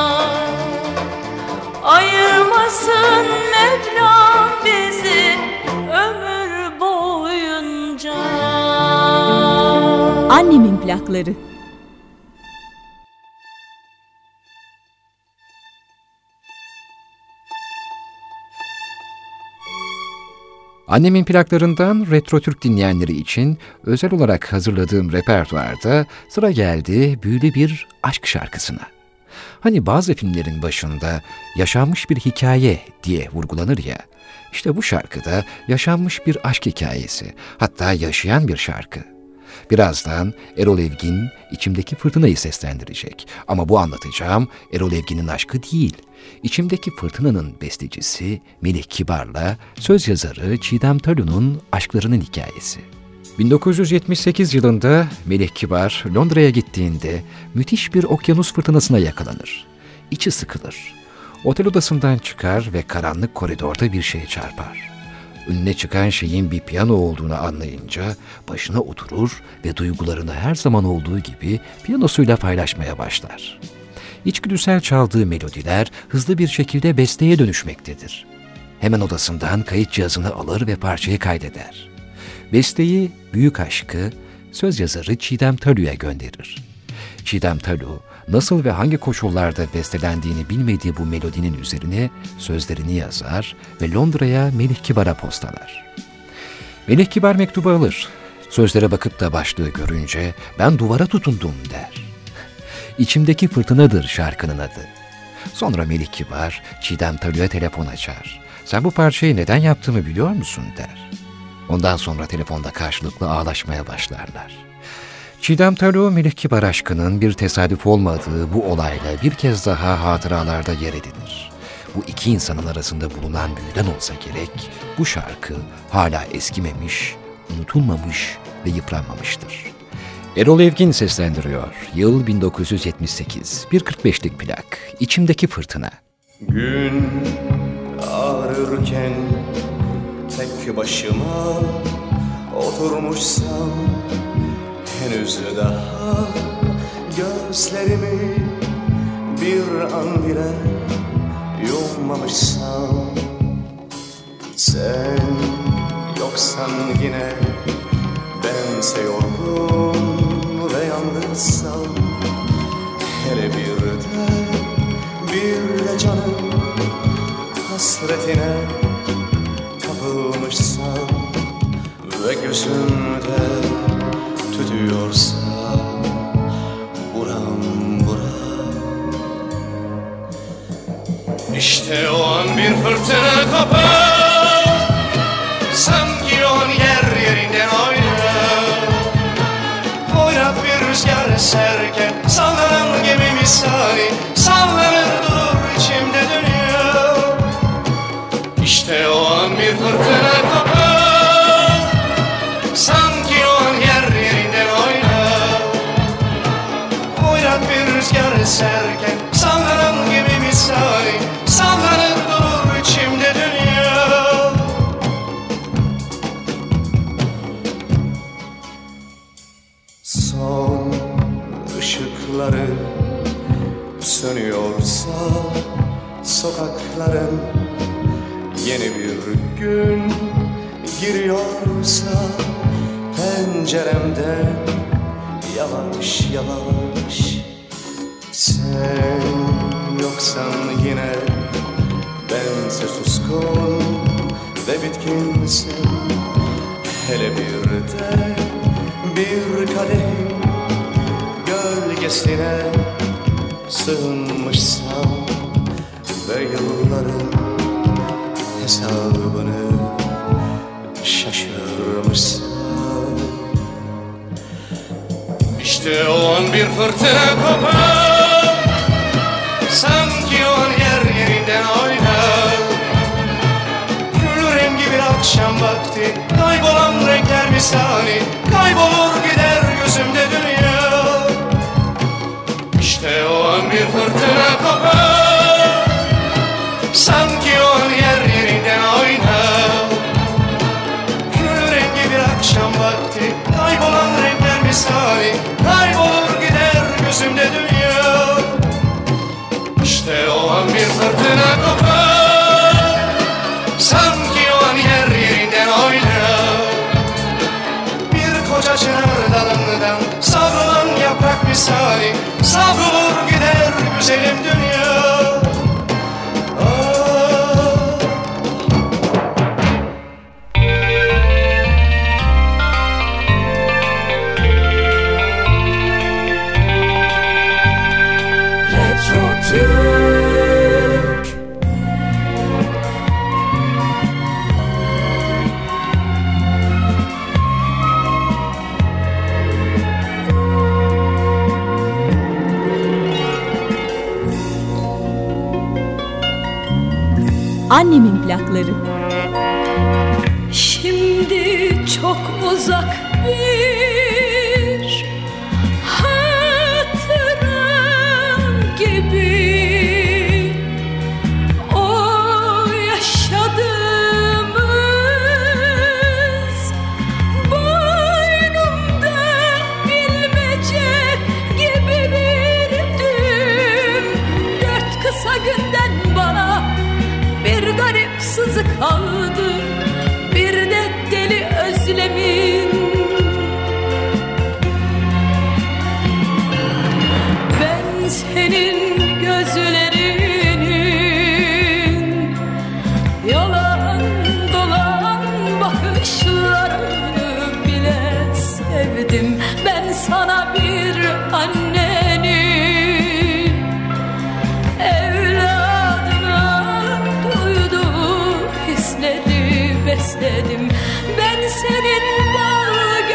Ayırmasın Mevlam bizi ömür boyunca. Annemin Plakları. Annemin plaklarından Retro Türk dinleyenleri için özel olarak hazırladığım repertuarda sıra geldi büyülü bir aşk şarkısına. Hani bazı filmlerin başında yaşanmış bir hikaye diye vurgulanır ya, işte bu şarkıda yaşanmış bir aşk hikayesi, hatta yaşayan bir şarkı. Birazdan Erol Evgin içimdeki fırtınayı seslendirecek. Ama bu anlatacağım Erol Evgin'in aşkı değil. İçimdeki fırtınanın bestecisi Melih Kibar'la söz yazarı Çiğdem Talun'un aşklarının hikayesi. bin dokuz yüz yetmiş sekiz yılında Melih Kibar Londra'ya gittiğinde müthiş bir okyanus fırtınasına yakalanır. İçi sıkılır. Otel odasından çıkar ve karanlık koridorda bir şey çarpar. Önüne çıkan şeyin bir piyano olduğunu anlayınca başına oturur ve duygularını her zaman olduğu gibi piyanosuyla paylaşmaya başlar. İçgüdüsel çaldığı melodiler hızlı bir şekilde besteye dönüşmektedir. Hemen odasından kayıt cihazını alır ve parçayı kaydeder. Besteyi Büyük Aşkı söz yazarı Çiğdem Talü'ye gönderir. Çiğdem Talü, nasıl ve hangi koşullarda bestelendiğini bilmediği bu melodinin üzerine sözlerini yazar ve Londra'ya Melih Kibar'a postalar. Melih Kibar mektubu alır. Sözlere bakıp da başlığı görünce ben duvara tutundum der. İçimdeki fırtınadır şarkının adı. Sonra Melih Kibar Çiğdem Talü'ye telefon açar. Sen bu parçayı neden yaptığımı biliyor musun der. Ondan sonra telefonda karşılıklı ağlaşmaya başlarlar. Çiğdem Talü, Melih Kibar aşkının bir tesadüf olmadığı bu olayla bir kez daha hatıralarda yer edinir. Bu iki insanın arasında bulunan büyüden olsa gerek, bu şarkı hala eskimemiş, unutulmamış ve yıpranmamıştır. Erol Evgin seslendiriyor. Yıl bin dokuz yüz yetmiş sekiz. bir kırk beşlik plak. İçimdeki fırtına. Gün ağrırken tek başıma oturmuşsam, henüz daha gözlerimi bir an bile yummamışsam, sen yoksan yine bense yorgun ve yalnızsam, hele bir de bir de canım hasretine kapılmışsam ve gözümde tütüyorsa buram buram. İşte o an bir fırtına kopar, sanki o an yer yerinden oynar. Hoyrat bir rüzgar eserken sallanan gemi misali sallanır durur içimde dünya. İşte o an bir fırtına kopar, sanki o an yer yerinden oynar. Hoyrat bir rüzgar eserken sallanan gemi misali sallanır durur içimde dünya. Son ışıkları sönüyorsa sokakların, yeni bir gün giriyorsa penceremden yavaş yavaş, sen yoksan yine bense suskun ve bitkinsin, hele bir de bir kadehin gölgesine sığınmışsam ve yılların hesabını şaşırmışsam, İşte o an bir fırtına kopar, sanki o an yer yerinden oynar. Gül rengi bir akşam vakti, kaybolan renkler misali kaybolur gider gözümde dünya. İşte o an bir fırtına kopar, sanki o an yer yerinden oynar. Gül rengi bir akşam vakti, kaybolan renkler misali kaybolur gider gözümde dünya. İşte o an bir fırtına kopar, sanki o an yer yerinden oynar. Bir koca çınar dalından savrulan yaprak misali savrulur gider güzelim dünya. Annemin plakları. Şimdi çok uzak bir hatıram gibi. O yaşadığımız boynumda bilmece gibi bir düğüm. Dört kısa günden bana bir garip sızı kaldı, bir de deli özlemin. Ben senin gözlerinin yalan dolan bakışlarını bile sevdim. Ben sana bir annenin evladına duyduğu hisleri besledim. Ben senin bal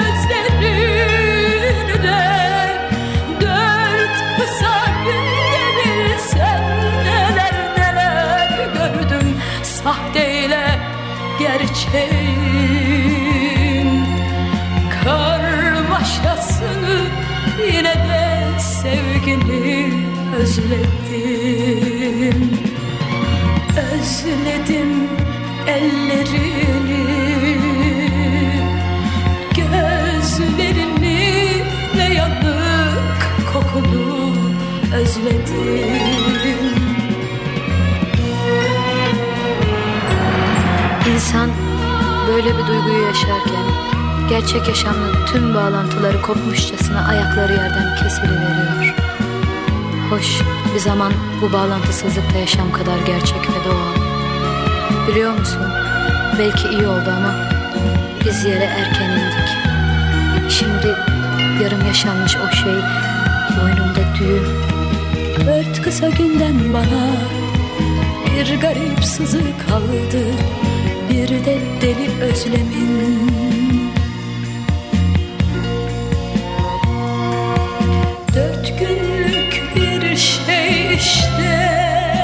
gözlerinde dört kısa günde bilsen neler neler gördüm. Sahteyle gerçeğin karmaşasını, yine de sevgini özledim. Özledim ellerini, gözlerini ve yanık kokunu özledim. İnsan böyle bir duyguyu yaşarken gerçek yaşamın tüm bağlantıları kopmuşçasına ayakları yerden kesiliveriyor. Hoş, bir zaman bu bağlantısızlık da yaşam kadar gerçek ve doğal. Biliyor musun? Belki iyi oldu ama biz yere erken indik. Şimdi yarım yaşanmış o şey boynumda düğüm. Dört kısa günden bana bir garip sızı kaldı, bir de deli özlemin. Dört günlük bir şey işte,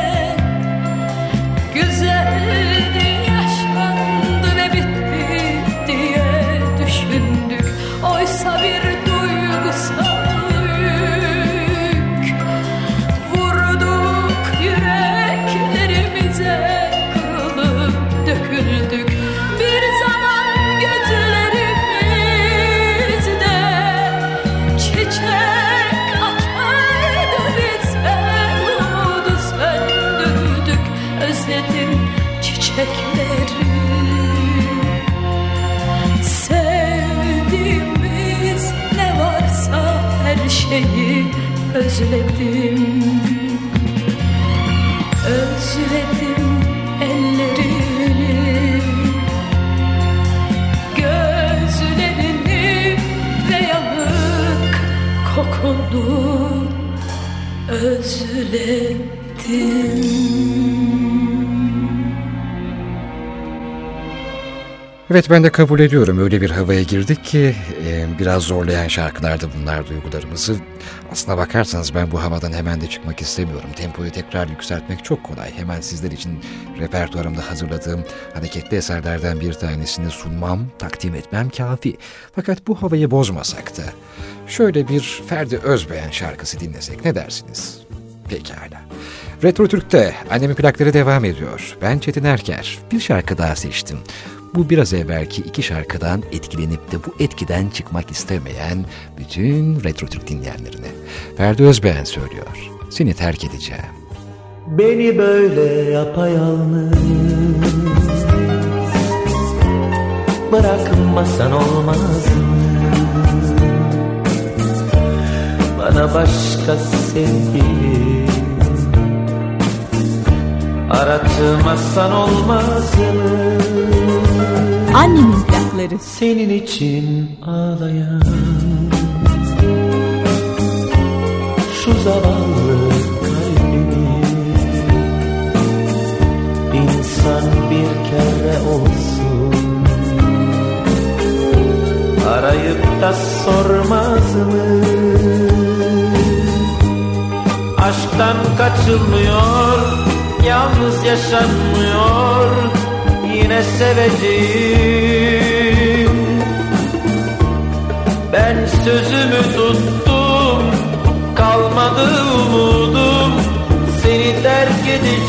güzeldi, yaşandı ve bitti diye düşündük. Oysa bir duygusal yük vurduk yüreklerimize, kırılıp döküldük. Bir zaman gözlerimizde çiçek açardı, biz her umudu söndürdük. Özledim çiçekleri, sevdiğimiz ne varsa her şeyi özledim. Özledim ellerini, gözlerini ve yanık kokunu özledim. Evet, ben de kabul ediyorum. Öyle bir havaya girdik ki e, biraz zorlayan şarkılardı bunlar duygularımızı. Aslına bakarsanız ben bu havadan hemen de çıkmak istemiyorum. Tempoyu tekrar yükseltmek çok kolay. Hemen sizler için repertuarımda hazırladığım hareketli eserlerden bir tanesini sunmam, takdim etmem kafi. Fakat bu havayı bozmasak da şöyle bir Ferdi Özbeğen şarkısı dinlesek ne dersiniz? Pekala. Retro Türk'te Annemin Plakları devam ediyor. Ben Çetin Erker. Bir şarkı daha seçtim. Bu biraz evvelki iki şarkıdan etkilenip de bu etkiden çıkmak istemeyen bütün Retro Türk dinleyenlerine. Ferdi Özbeğen söylüyor. Seni terk edeceğim. Beni böyle yapayalnız bırakmasan olmaz mı? Bana başka sevgili aratmasan olmaz mı? Annemin plakları. Senin için ağlayan şu zavallı kalbimi insan bir kere olsun arayıp da sormaz mı? Aşktan kaçılmıyor, yalnız yaşanmıyor, yine seveceğim. sözümü tuttum, kalmadı umudum, seni terk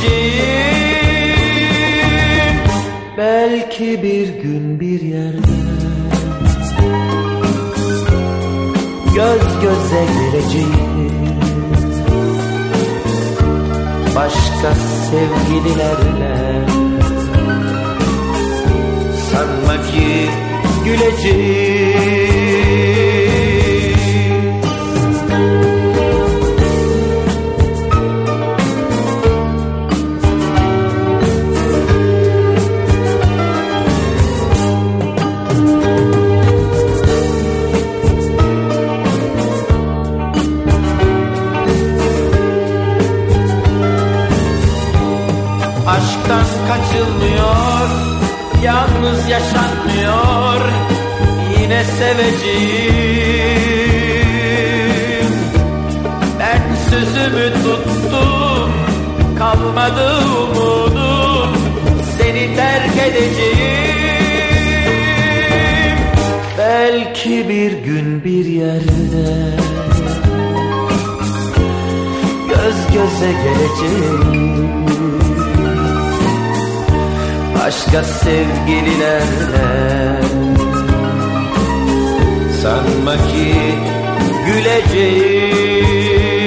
edeceğim. Belki bir gün bir yerde göz göze geleceğim, başka sevgililerle. Sanma ki güleceğim. Aşktan kaçılmıyor, yalnız yaşanmıyor, yine seveceğim. Ben sözümü tuttum, kalmadı umudum, seni terk edeceğim. Belki bir gün bir yerde göz göze geleceğim, başka sevgililerle. Sanma ki güleceğim.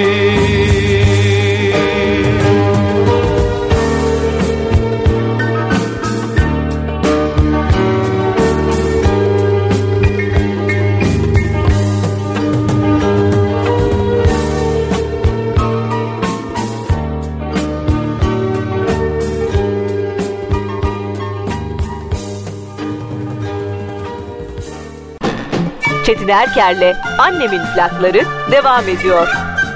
Çetin Erker'le Annemin Plakları devam ediyor.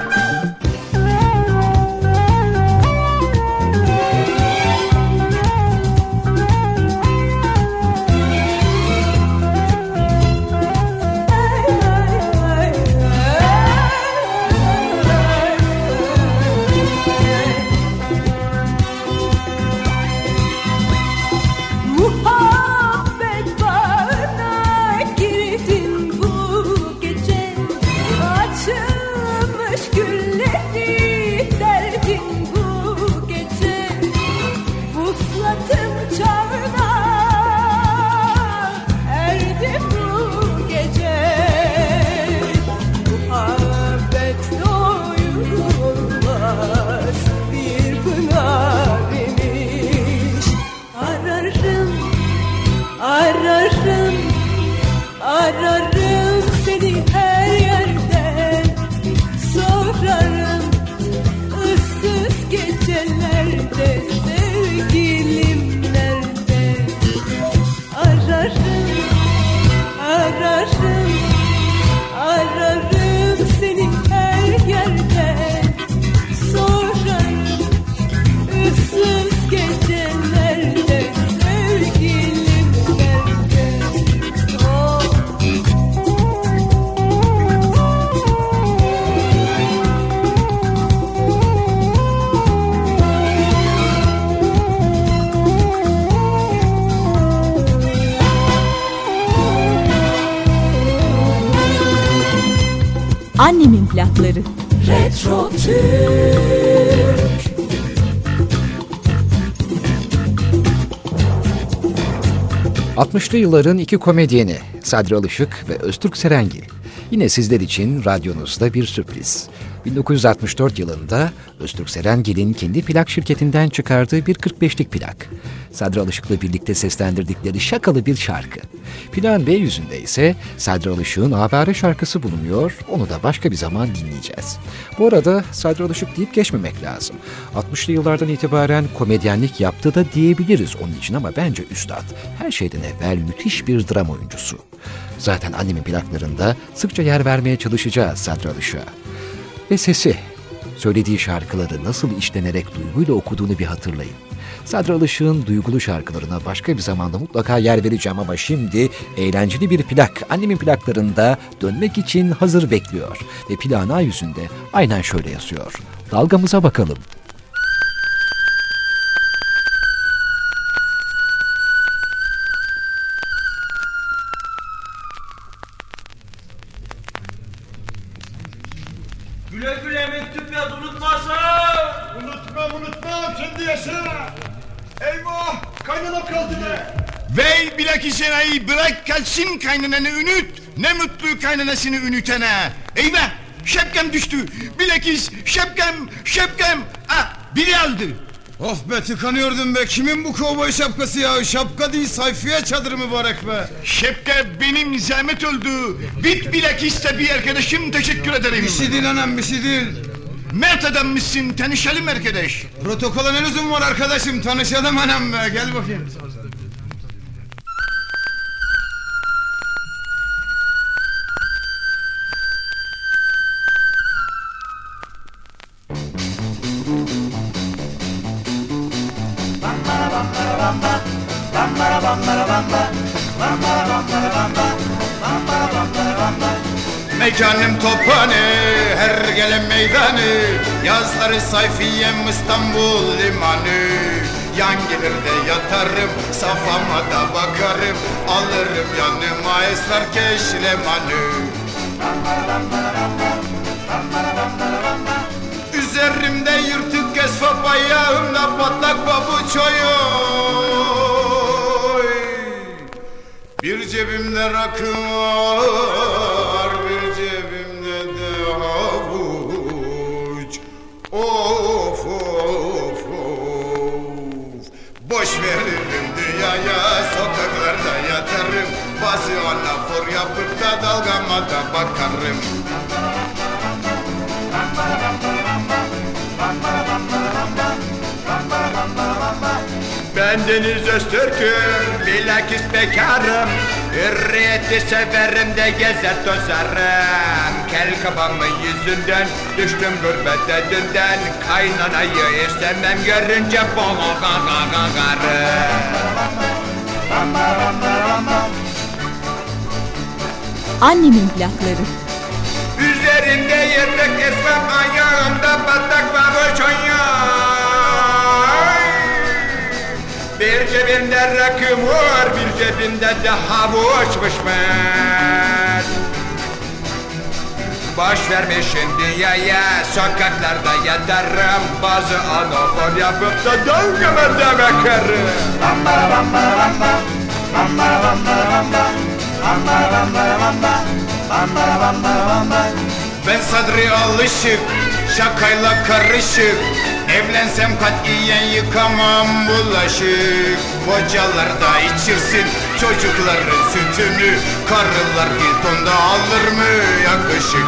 Annemin Plakları. Retro Türk. altmışlı yılların iki komedyeni Sadri Alışık ve Öztürk Serengil. Yine sizler için radyonuzda bir sürpriz. bin dokuz yüz altmış dört yılında Öztürk Serengil'in kendi plak şirketinden çıkardığı bir kırk beşlik plak. Sadri Alışık'la birlikte seslendirdikleri şakalı bir şarkı. Plağın B yüzünde ise Sadri Alışık'ın Avare şarkısı bulunuyor. Onu da başka bir zaman dinleyeceğiz. Bu arada Sadri Alışık deyip geçmemek lazım. altmışlı yıllardan itibaren komedyenlik yaptı da diyebiliriz onun için ama bence üstad her şeyden evvel müthiş bir dram oyuncusu. Zaten Annemin Plaklarında sıkça yer vermeye çalışacağız Sadri Alışık'a. Ve sesi, söylediği şarkıları nasıl işlenerek duyguyla okuduğunu bir hatırlayın. Sadri Alışık'ın duygulu şarkılarına başka bir zamanda mutlaka yer vereceğim ama şimdi eğlenceli bir plak Annemin Plaklarında dönmek için hazır bekliyor. Ve plağın A yüzünde aynen şöyle yazıyor. Dalgamıza bakalım. Eyvah! Kaynanam kaldı be! Vey bilakis bırak kalsın kaynananı ünüt! Ne mutlu kaynanasını ünütene! Eyvah! Şapkam düştü! Bilakis şapkam! Şapkam! Ah! Biri aldı! Of be tıkanıyordum be, kimin bu kovboy şapkası ya? Şapka değil sayfiye çadırı mübarek be. Şapka benim zahmet oldu. Bit bilakis tabii arkadaşım, teşekkür ederim. Bir şey değil anam, bir şey değil. Mert adammışsın, tanışalım arkadaş. Protokola ne lüzum var arkadaşım, tanışalım anam be, gel bakayım. Mekanım Tophane, her gelen meydanı. Yazları sayfiyem İstanbul limanı. Yan gelir de yatarım, safama da bakarım. Alırım yanıma esrar keşlemanı. Üzerimde yırtık esfap, ayağımda patlak pabuç oy. Bir cebimde rakı var, bir cebimde de havuç. Of of of. Boş veririm dünyaya, sokaklarda yatarım. Bazı anafor yapıp da dalgama da bakarım. Ben Deniz Öztürk'üm, bilakis bekarım. Hürriyeti severim de gezer tozarım. Kel kafamın yüzünden düştüm gurbete dünden. Kaynanayı istemem görünce bana gagarım. Annemin plakları. Üzerinde yırtık esmem, ayağımda patlak pabuç oynuyor. Bir cebimde rakım var, bir cebimde de havuçmuş ben. Boş vermişim dünyaya, sokaklarda yatarım. Bazı anafor yapıp da dalgama da bakarım. Ben Sadri alışık, şakayla karışık. Evlensem katiyen yıkamam bulaşık. Kocalar da içirsin çocukların sütünü. Karılar Hilton'da alır mı yakışık?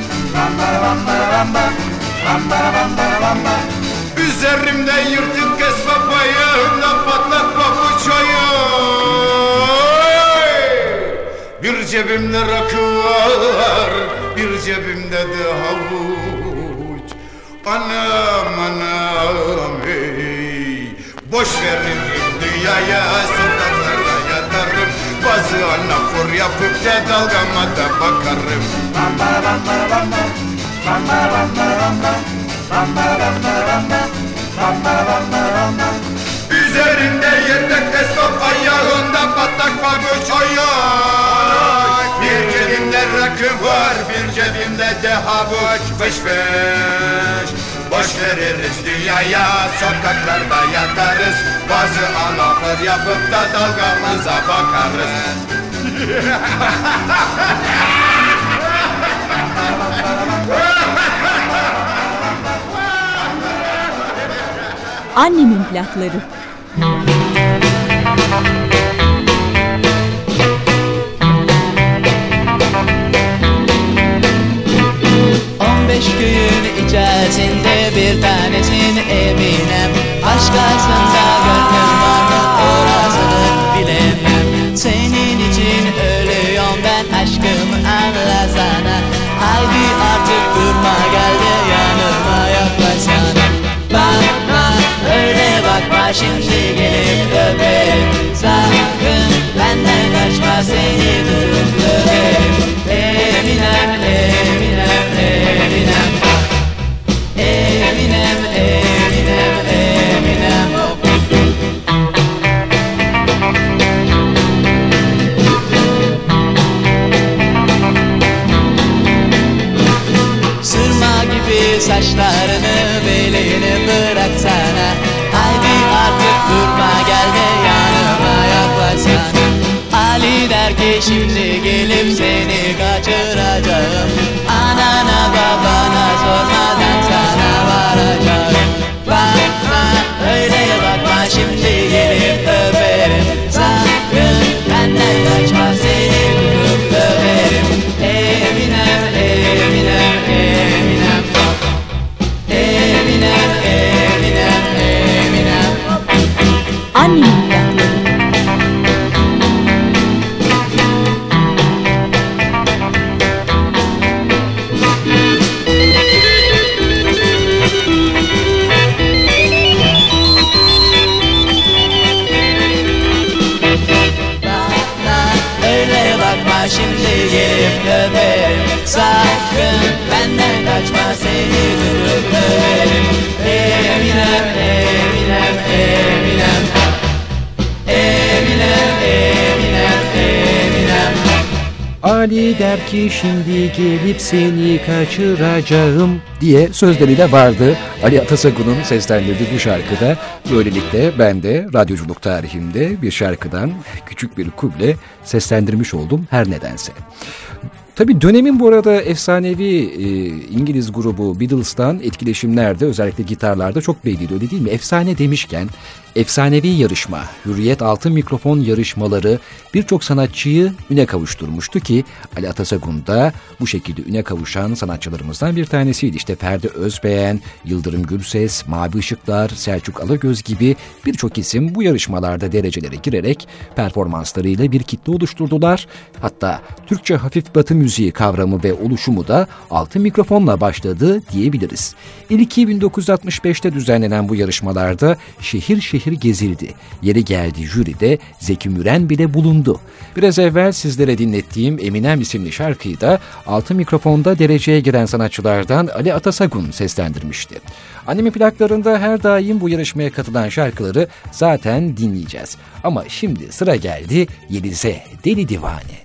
Üzerimde yırtık esvap, ayağımda patlak pabuç Bir cebimde rakı var, bir cebimde de havuç. Anam anam hey, boş veririm dünyaya, sokaklarda yatarım. Bazı anafor yapıp da dalgama da bakarım. Üzerinde yedek esnaf, ayağında patlak pabuç ayak. Bir cebimde rakı var, bir cebimde de havuç. Fış fış, boş veririz dünyaya, sokaklarda yatarız. Bazı anafor yapıp da dalgamıza bakarız. Annemin plakları. On beş gün içerisinde bir tanesini eminem. Aşk aslında gönlüm var mı orasını bilemem. Senin için ölüyorum ben, aşkımı anlasana. Haydi artık durma, gel de yanıma yaklaşsana. Bakma öyle bakma, şimdi gelip öperim. Sakın benden kaçma, seni tutup öperim. Eminem, Eminem, Eminem. Eminem, Eminem, Eminem. Sırma gibi saçlarını, belini bıraksana. Haydi yapma gel de yanıma yaklaşsan. Ali der ki şimdi gelip seni kaçıracağım. Anana babana sormadan sana varacağım. Bakma öyle bakma şimdi gelip öperim. Sakın benden kaçma seni tutup öperim. Eminem Eminem Eminem Eminem Eminem Eminem. Annemin plakları. Şimdi gelip öperim. Sakın benden kaçma seni tutup öperim. Eminem, Eminem, Eminem Eminem, Eminem, Eminem. Ali der ki şimdi gelip seni kaçıracağım diye sözleriyle vardı Ali Atasagun'un seslendirdiği bu şarkıda. Böylelikle ben de radyoculuk tarihimde bir şarkıdan küçük bir kuble seslendirmiş oldum her nedense. Tabii dönemin bu arada efsanevi e, İngiliz grubu Beatles'tan etkileşimlerde özellikle gitarlarda çok belliydi, öyle değil mi? Efsane demişken efsanevi yarışma, Hürriyet Altın Mikrofon yarışmaları birçok sanatçıyı üne kavuşturmuştu ki Ali Atasagun da bu şekilde üne kavuşan sanatçılarımızdan bir tanesiydi. İşte Ferdi Özbeğen, Yıldırım Gürses, Mavi Işıklar, Selçuk Alagöz gibi birçok isim bu yarışmalarda derecelere girerek performanslarıyla bir kitle oluşturdular. Hatta Türkçe hafif batı müziği kavramı ve oluşumu da Altın Mikrofon'la başladı diyebiliriz. İlki bin dokuz yüz altmış beşte düzenlenen bu yarışmalarda şehir şehir gezildi. Yeri geldi jüride Zeki Müren bile bulundu. Biraz evvel sizlere dinlettiğim Eminem isimli şarkıyı da Altın Mikrofon'da dereceye giren sanatçılardan Ali Atasagun seslendirmişti. Annemin plaklarında her daim bu yarışmaya katılan şarkıları zaten dinleyeceğiz. Ama şimdi sıra geldi Yeliz'e, Deli Divane.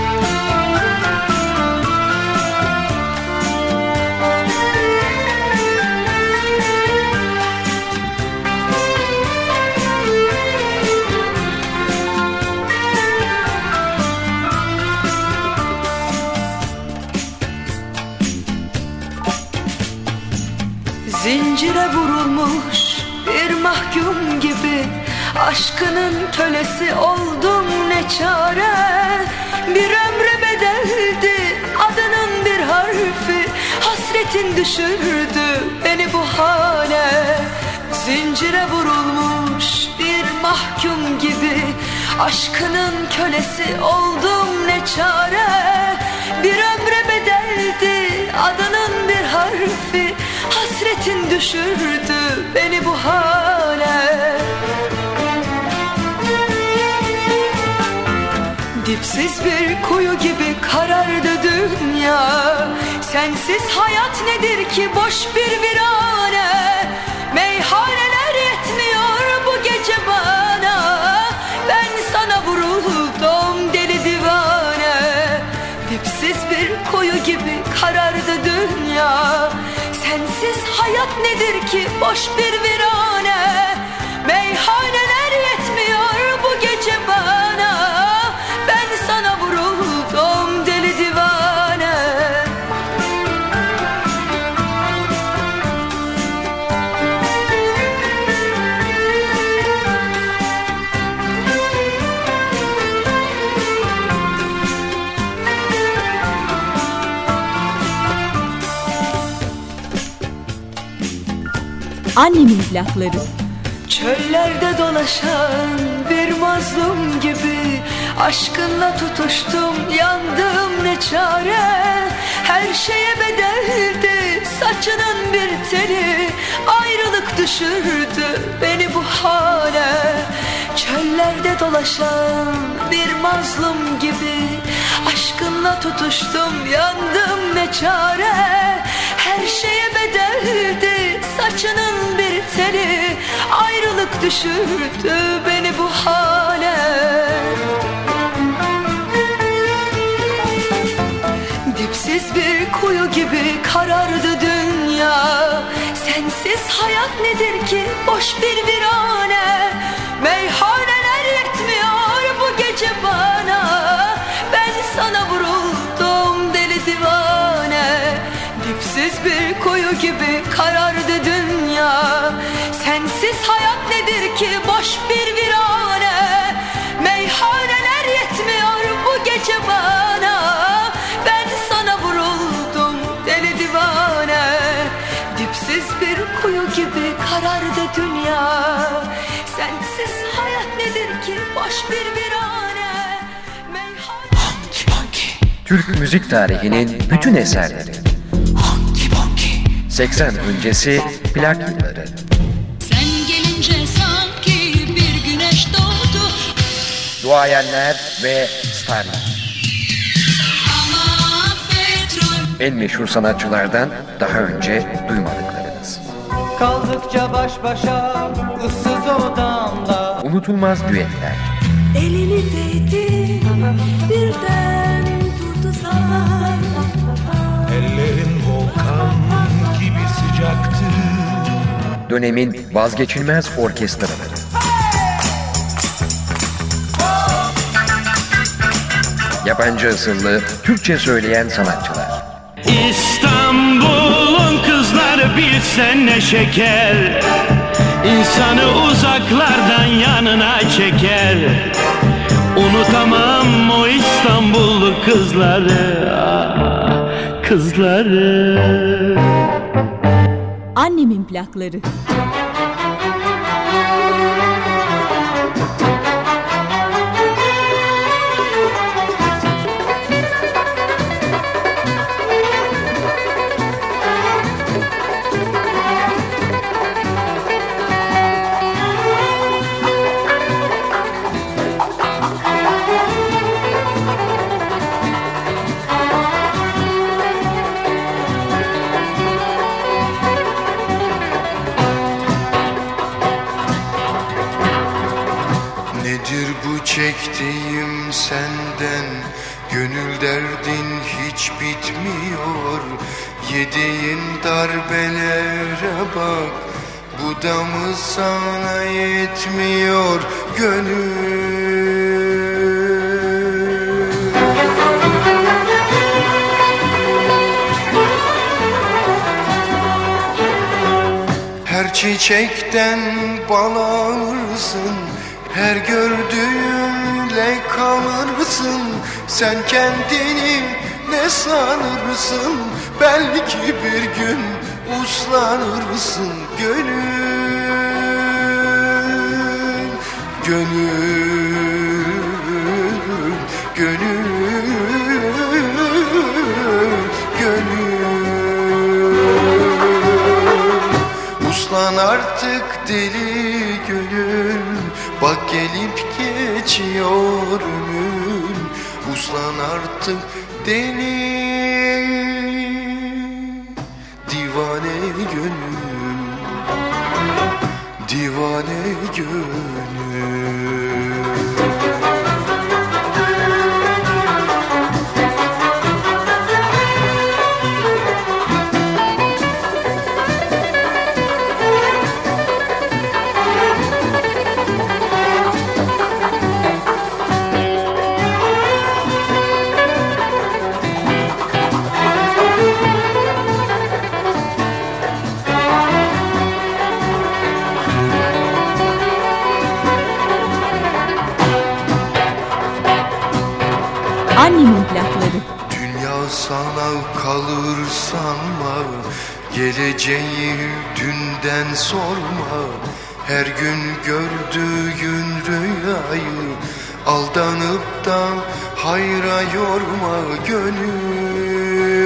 Zincire vurulmuş bir mahkum gibi aşkının kölesi oldum ne çare. Bir ömre bedeldi adının bir harfi, hasretin düşürdü beni bu hale. Zincire vurulmuş bir mahkum gibi aşkının kölesi oldum ne çare. Bir ömre bedeldi adının bir harfi, hasretin düşürdü beni bu hale. Dipsiz bir kuyu gibi karardı dünya. Sensiz hayat nedir ki boş bir virane. Meyhaneler yetmiyor bu gece bana. Ben sana vuruldum deli divane. Dipsiz bir kuyu gibi karardı dünya. Sensiz hayat nedir ki boş bir virane. Meyhaneler yetmiyor bu gece bana. Ben sana vuruldum deli divane. Annemin plakları. Çöllerde dolaşan bir mazlum gibi aşkınla tutuştum, yandım ne çare. Her şeye bedeldi saçının bir teli, ayrılık düşürdü beni bu hale. Çöllerde dolaşan bir mazlum gibi aşkınla tutuştum, yandım ne çare. Her şeye bedeldi saçının bir teli, ayrılık düşürdü beni bu hale. Dipsiz bir kuyu gibi karardı dünya. Sensiz hayat nedir ki boş bir virane. Dipsiz bir kuyu gibi karardı dünya. Sensiz hayat nedir ki boş bir virane. Meyhaneler yetmiyor bu gece bana. Ben sana vuruldum deli divane. Dipsiz bir kuyu gibi karardı dünya. Sensiz hayat nedir ki boş bir virane. Meyhane... Türk müzik tarihinin bütün eserleri. seksen öncesi plak yılları. Sen gelince sanki bir güneş doğdu. Duayenler ve starlar. En meşhur sanatçılardan daha önce duymadıklarınız. Kaldıkça baş başa ıssız odamda. Unutulmaz düetler. Elini değdi birden durdu zaman. Ellerin volkan gibi sıcaktı. Dönemin vazgeçilmez orkestraları. Yabancı asıllı Türkçe söyleyen sanatçılar. İstanbul'un kızları bilsen ne şeker. İnsanı uzaklardan yanına çeker. Unutamam o İstanbullu kızları, ah, kızları. Annemin plakları. Çektiğim senden, gönül derdin hiç bitmiyor. Yediğin darbelere bak, bu da mı sana yetmiyor gönül? Her çiçekten bal alırsın, her gördüğünle kalırsın. Sen kendini ne sanırsın? Belki bir gün uslanırsın gönül. Gönül, gönül, gönül. Uslan artık deli gönül. Bak gelip geçiyor ömür. Uslan artık deli divane gönül. Divane gönül. Annemin plakları. Dünya sana kalır sanma, geleceği dünden sorma. Her gün gördüğün rüyayı aldanıp da hayra yorma gönül.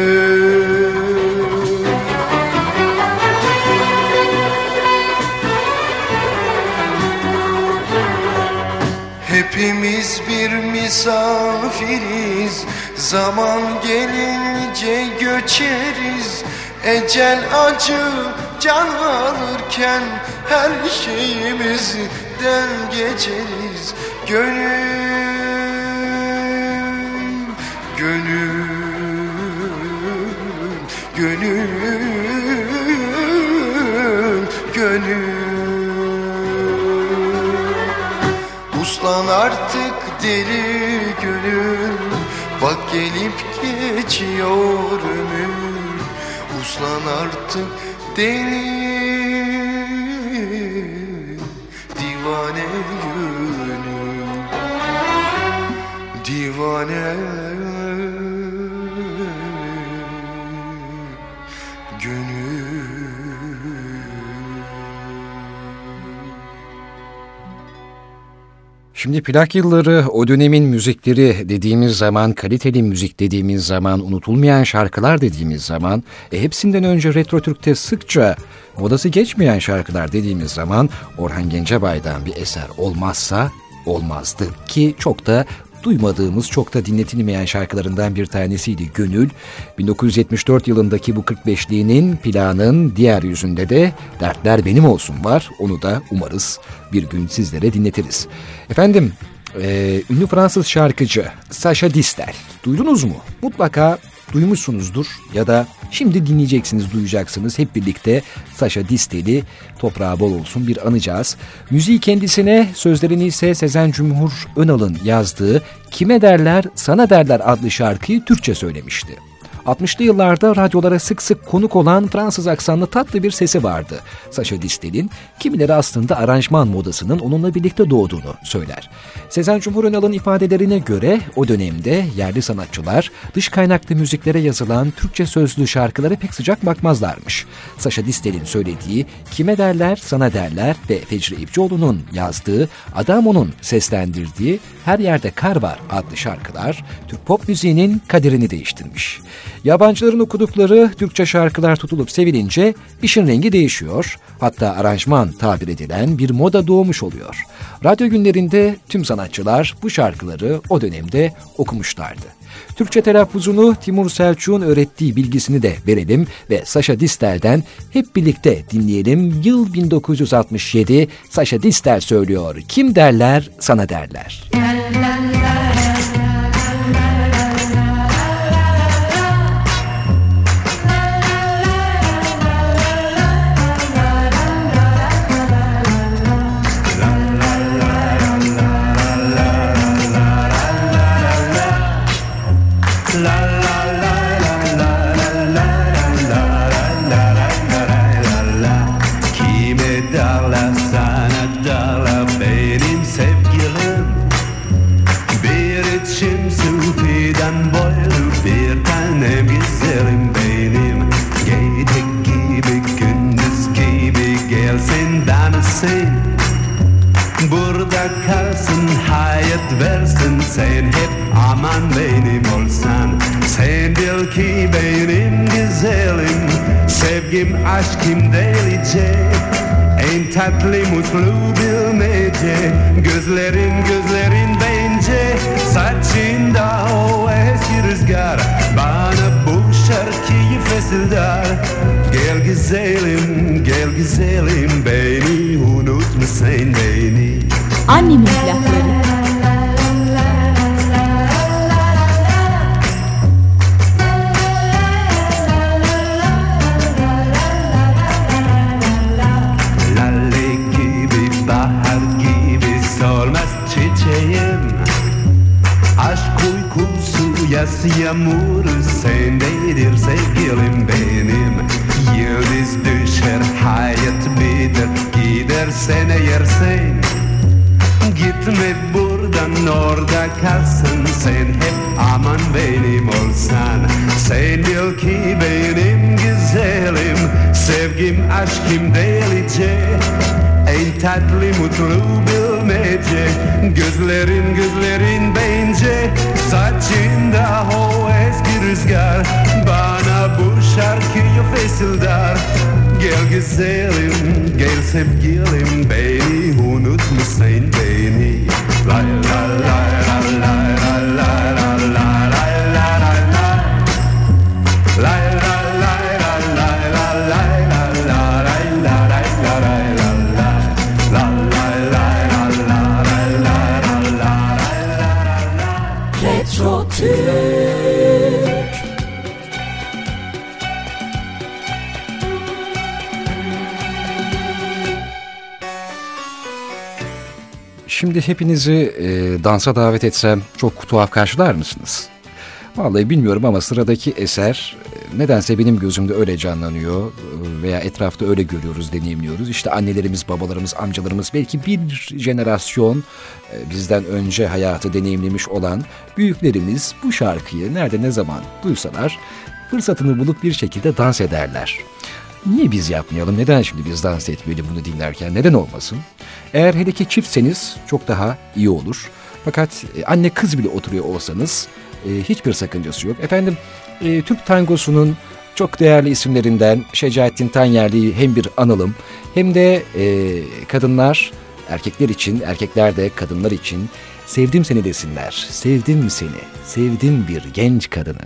Hepimiz bir misafiriz, zaman gelince göçeriz. Ecel acı can alırken her şeyimizden geçeriz. Gönül, gönül, gönül, gönül. Uslan artık deli gönül. Bak gelip geçiyor ömür. Uslan artık deli divane gönül, divane gönül. Şimdi plak yılları, o dönemin müzikleri dediğimiz zaman, kaliteli müzik dediğimiz zaman, unutulmayan şarkılar dediğimiz zaman, e, hepsinden önce Retro Türk'te sıkça modası geçmeyen şarkılar dediğimiz zaman Orhan Gencebay'dan bir eser olmazsa olmazdı ki çok da duymadığımız, çok da dinletilmeyen şarkılarından bir tanesiydi Gönül. bin dokuz yüz yetmiş dört yılındaki bu kırk beşliğinin planın diğer yüzünde de Dertler Benim Olsun var. Onu da umarız bir gün sizlere dinletiriz. Efendim, e, ünlü Fransız şarkıcı Sacha Distel. Duydunuz mu? Mutlaka duymuşsunuzdur ya da şimdi dinleyeceksiniz, duyacaksınız. Hep birlikte Sacha Distel'i toprağı bol olsun bir anacağız. Müziği kendisine, sözlerini ise Sezen Cumhur Önal'ın yazdığı Kime Derler Sana Derler adlı şarkıyı Türkçe söylemişti. altmışlı yıllarda radyolara sık sık konuk olan Fransız aksanlı tatlı bir sesi vardı Sacha Distel'in. Kimileri aslında aranjman modasının onunla birlikte doğduğunu söyler. Sezen Cumhur Önal'ın ifadelerine göre o dönemde yerli sanatçılar dış kaynaklı müziklere yazılan Türkçe sözlü şarkılara pek sıcak bakmazlarmış. Sacha Distel'in söylediği Kime Derler Sana Derler ve Fecri İpcioğlu'nun yazdığı, Adamo'nun seslendirdiği Her Yerde Kar Var adlı şarkılar Türk pop müziğinin kaderini değiştirmiş. Yabancıların okudukları Türkçe şarkılar tutulup sevilince işin rengi değişiyor. Hatta aranjman tabir edilen bir moda doğmuş oluyor. Radyo günlerinde tüm sanatçılar bu şarkıları o dönemde okumuşlardı. Türkçe telaffuzunu Timur Selçuk'un öğrettiği bilgisini de verelim ve Sacha Distel'den hep birlikte dinleyelim. Yıl bin dokuz yüz altmış yedi, Sacha Distel söylüyor. Kim derler sana derler. Burada kalsın, hayat versin, sen hep aman benim olsan. Sen bil ki benim güzelim, sevgim aşkım delice, en tatlı mutlu bilmece. Gözlerin gözlerin bence, saçında o eski rüzgar bana bu şarkıyı fısıldar. Gel güzelim, gel güzelim, beni unutma sen beni. Annemin plakları. Lale gibi, bahar gibi solmaz çiçeğim. Aşk uykusu, yas yağmuru sendedir sevgilim benim. Yıldız düşer, hayat biter, gidersen eğer sen. Gitme buradan, orada kalsın, sen hep aman benim olsan. Sen bil ki benim güzelim, sevgim aşkım delice, en tatlı mutlu bilmece. Gözlerin gözlerin bence, saçında o eski rüzgar bana bu şarkıyı fısıldar. Gel güzelim, gel sevgilim, beni unutma sen beni. Lay lay lay lay lay lay lay lay lay lay lay. Lay lay lay lay lay lay lay lay lay lay lay lay. Lay lay lay lay lay lay lay lay. Retro Türk. Şimdi hepinizi e, dansa davet etsem çok tuhaf karşılar mısınız? Vallahi bilmiyorum ama sıradaki eser nedense benim gözümde öyle canlanıyor veya etrafta öyle görüyoruz, deneyimliyoruz. İşte annelerimiz, babalarımız, amcalarımız, belki bir jenerasyon bizden önce hayatı deneyimlemiş olan büyüklerimiz bu şarkıyı nerede ne zaman duysalar fırsatını bulup bir şekilde dans ederler. Niye biz yapmayalım? Neden şimdi biz dans etmeyelim bunu dinlerken? Neden olmasın? Eğer hele ki çiftseniz çok daha iyi olur. Fakat anne kız bile oturuyor olsanız e, hiçbir sakıncası yok. Efendim e, Türk tangosunun çok değerli isimlerinden Şecaettin Tanyerli'yi hem bir analım hem de e, kadınlar erkekler için, erkekler de kadınlar için sevdim seni desinler. Sevdim seni, sevdim bir genç kadını.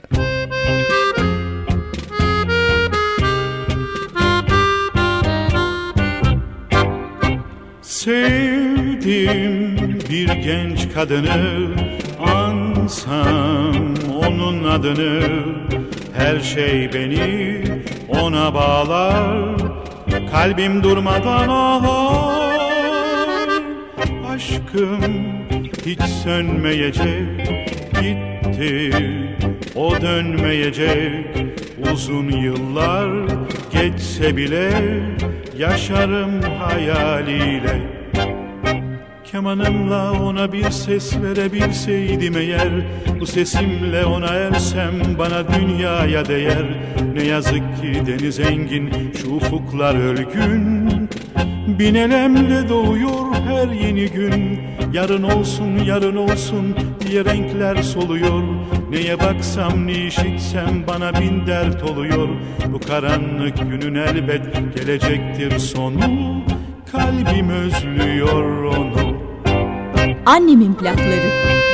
Sevdim bir genç kadını, ansam onun adını. Her şey beni ona bağlar, kalbim durmadan ağlar. Aşkım hiç sönmeyecek, gitti o dönmeyecek. Uzun yıllar geçse bile yaşarım hayaliyle. Kemanımla ona bir ses verebilseydim eğer, bu sesimle ona ersem bana dünyaya değer. Ne yazık ki deniz engin, şu ufuklar ölgün. Bin elemle doğuyor her yeni gün. Yarın olsun, yarın olsun diye renkler soluyor. Neye baksam, ne işitsem bana bin dert oluyor. Bu karanlık günün elbet gelecektir sonu. Kalbim özlüyor onu. Annemin plakları.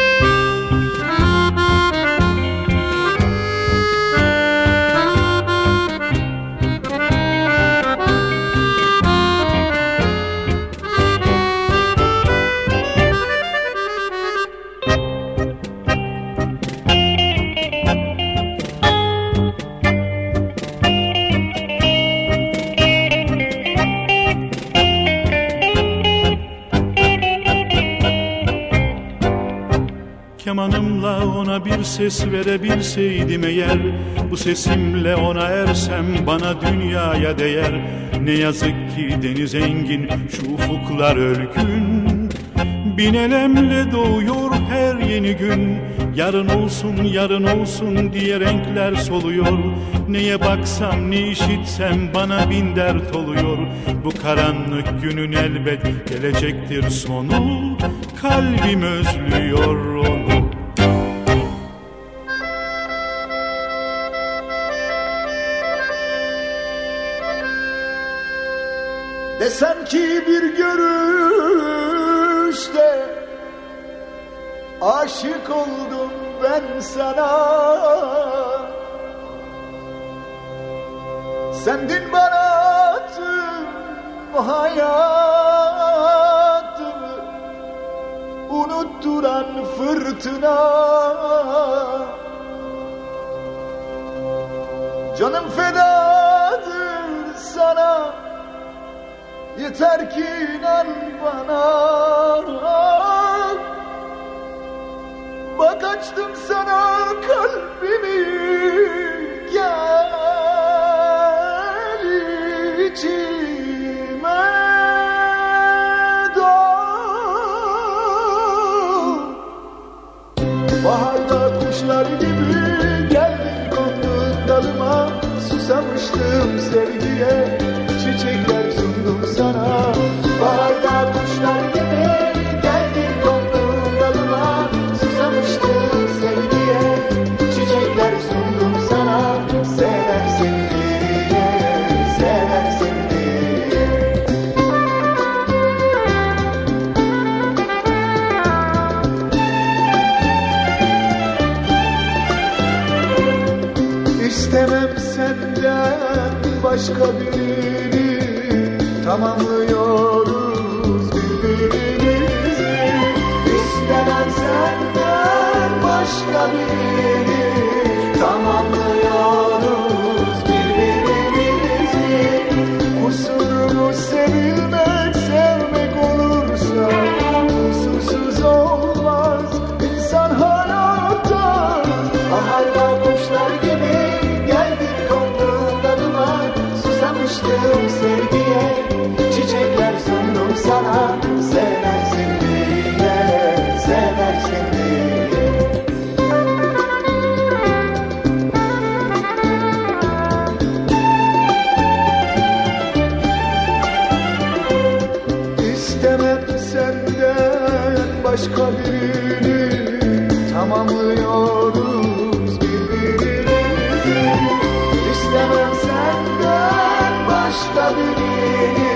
Kemanımla ona bir ses verebilseydim eğer, bu sesimle ona ersem bana dünyaya değer. Ne yazık ki deniz engin, şu ufuklar ölgün. Bin elemle doğuyor her yeni gün. Yarın olsun, yarın olsun diye renkler soluyor. Neye baksam, ne işitsem bana bin dert oluyor. Bu karanlık günün elbet gelecektir sonu. Kalbim özlüyor onu. Desem ki bir görüşte aşık oldum ben sana. Sendin bana tüm hayatımı unutturan fırtına. Canım fedadır sana, yeter ki inan bana. Bak açtım sana kalbimi, gel içime doğ. Baharda kuşlar gibi geldin kondun dalıma. Susamıştım sevgiye, çiçekler sundum sana. Baharda kuşlar gibi geldin kondun dalıma. Susamıştım sevgiye, çiçekler sundum sana. Seversin diye, seversin diye. İstemem senden başka birini, tamamlıyoruz birbirimizi. İstemem senden başka birini, tamamlıyoruz birbirimizi. Kusurumuz sevilmek, sevmek olursa kusursuz olmaz insan hayatta. Baharda kuşlar gibi geldik senden başka birini tamamlıyoruz birbirimizi. İstemem senden başka birini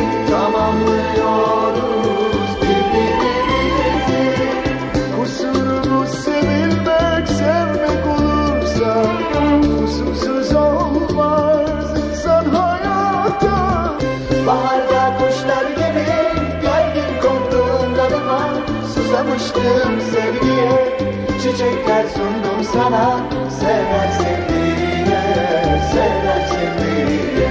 tamamlıyoruz birbirimizi. Kusurumuz sevilmek, sevmek olursa kusursuz olmaz insan hayata. Baharda kuşlar gibi geldim koktuğun yanıma, susamıştım sevgiye, çiçekler sundum sana, seversen diye, seversen diye.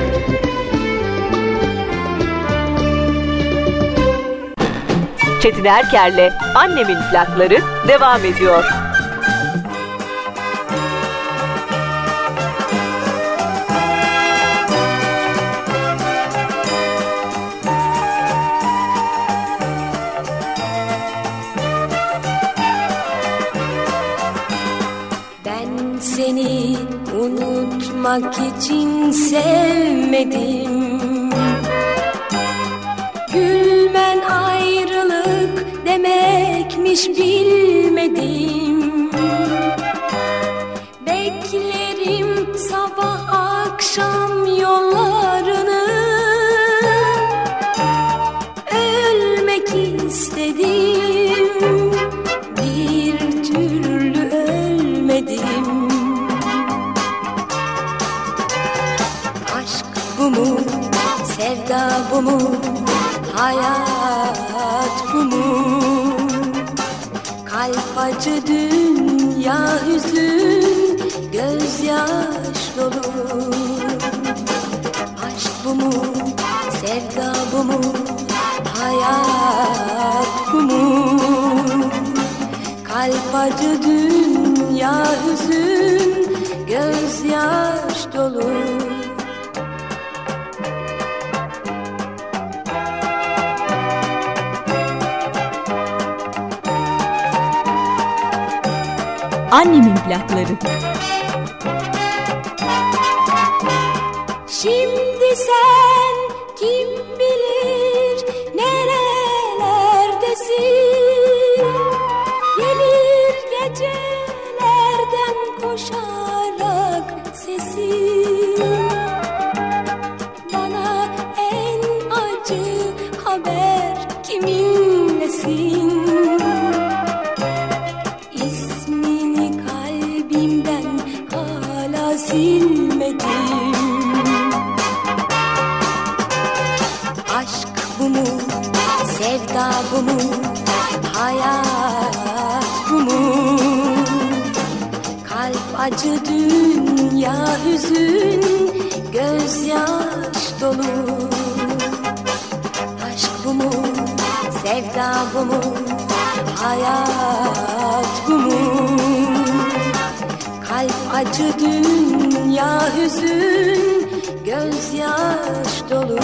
Çetin Erker'le Annemin Plakları devam ediyor. Ben seni unutmak için sevmedim. Gülmen ayrılık demekmiş bilmedim. Beklerim sabah akşam yollarını. Ölmek istedim, bir türlü ölmedim. Aşk bu mu, sevda bu mu? Hayat bu mu? Kalp acı, dünya hüzün, gözyaş dolu. Aşk bu mu? Sevda bu mu? Hayat bu mu? Kalp acı, dünya hüzün, gözyaş dolu. Annemin Plakları. Şimdi sen kim bilir nerelerdesin? Gelir gecelerden koşarak sesin. Bana en acı haber kiminlesin? İsmini kalbimden hala silmedim. Aşk bu mu? Sevda bu mu? Hayat bu mu? Kalp acı, dünya hüzün, gözyaş dolu. Aşk bu mu? Sevda bu mu? Hayat bu mu? Kalp acı, dünya hüzün, gözyaş dolu.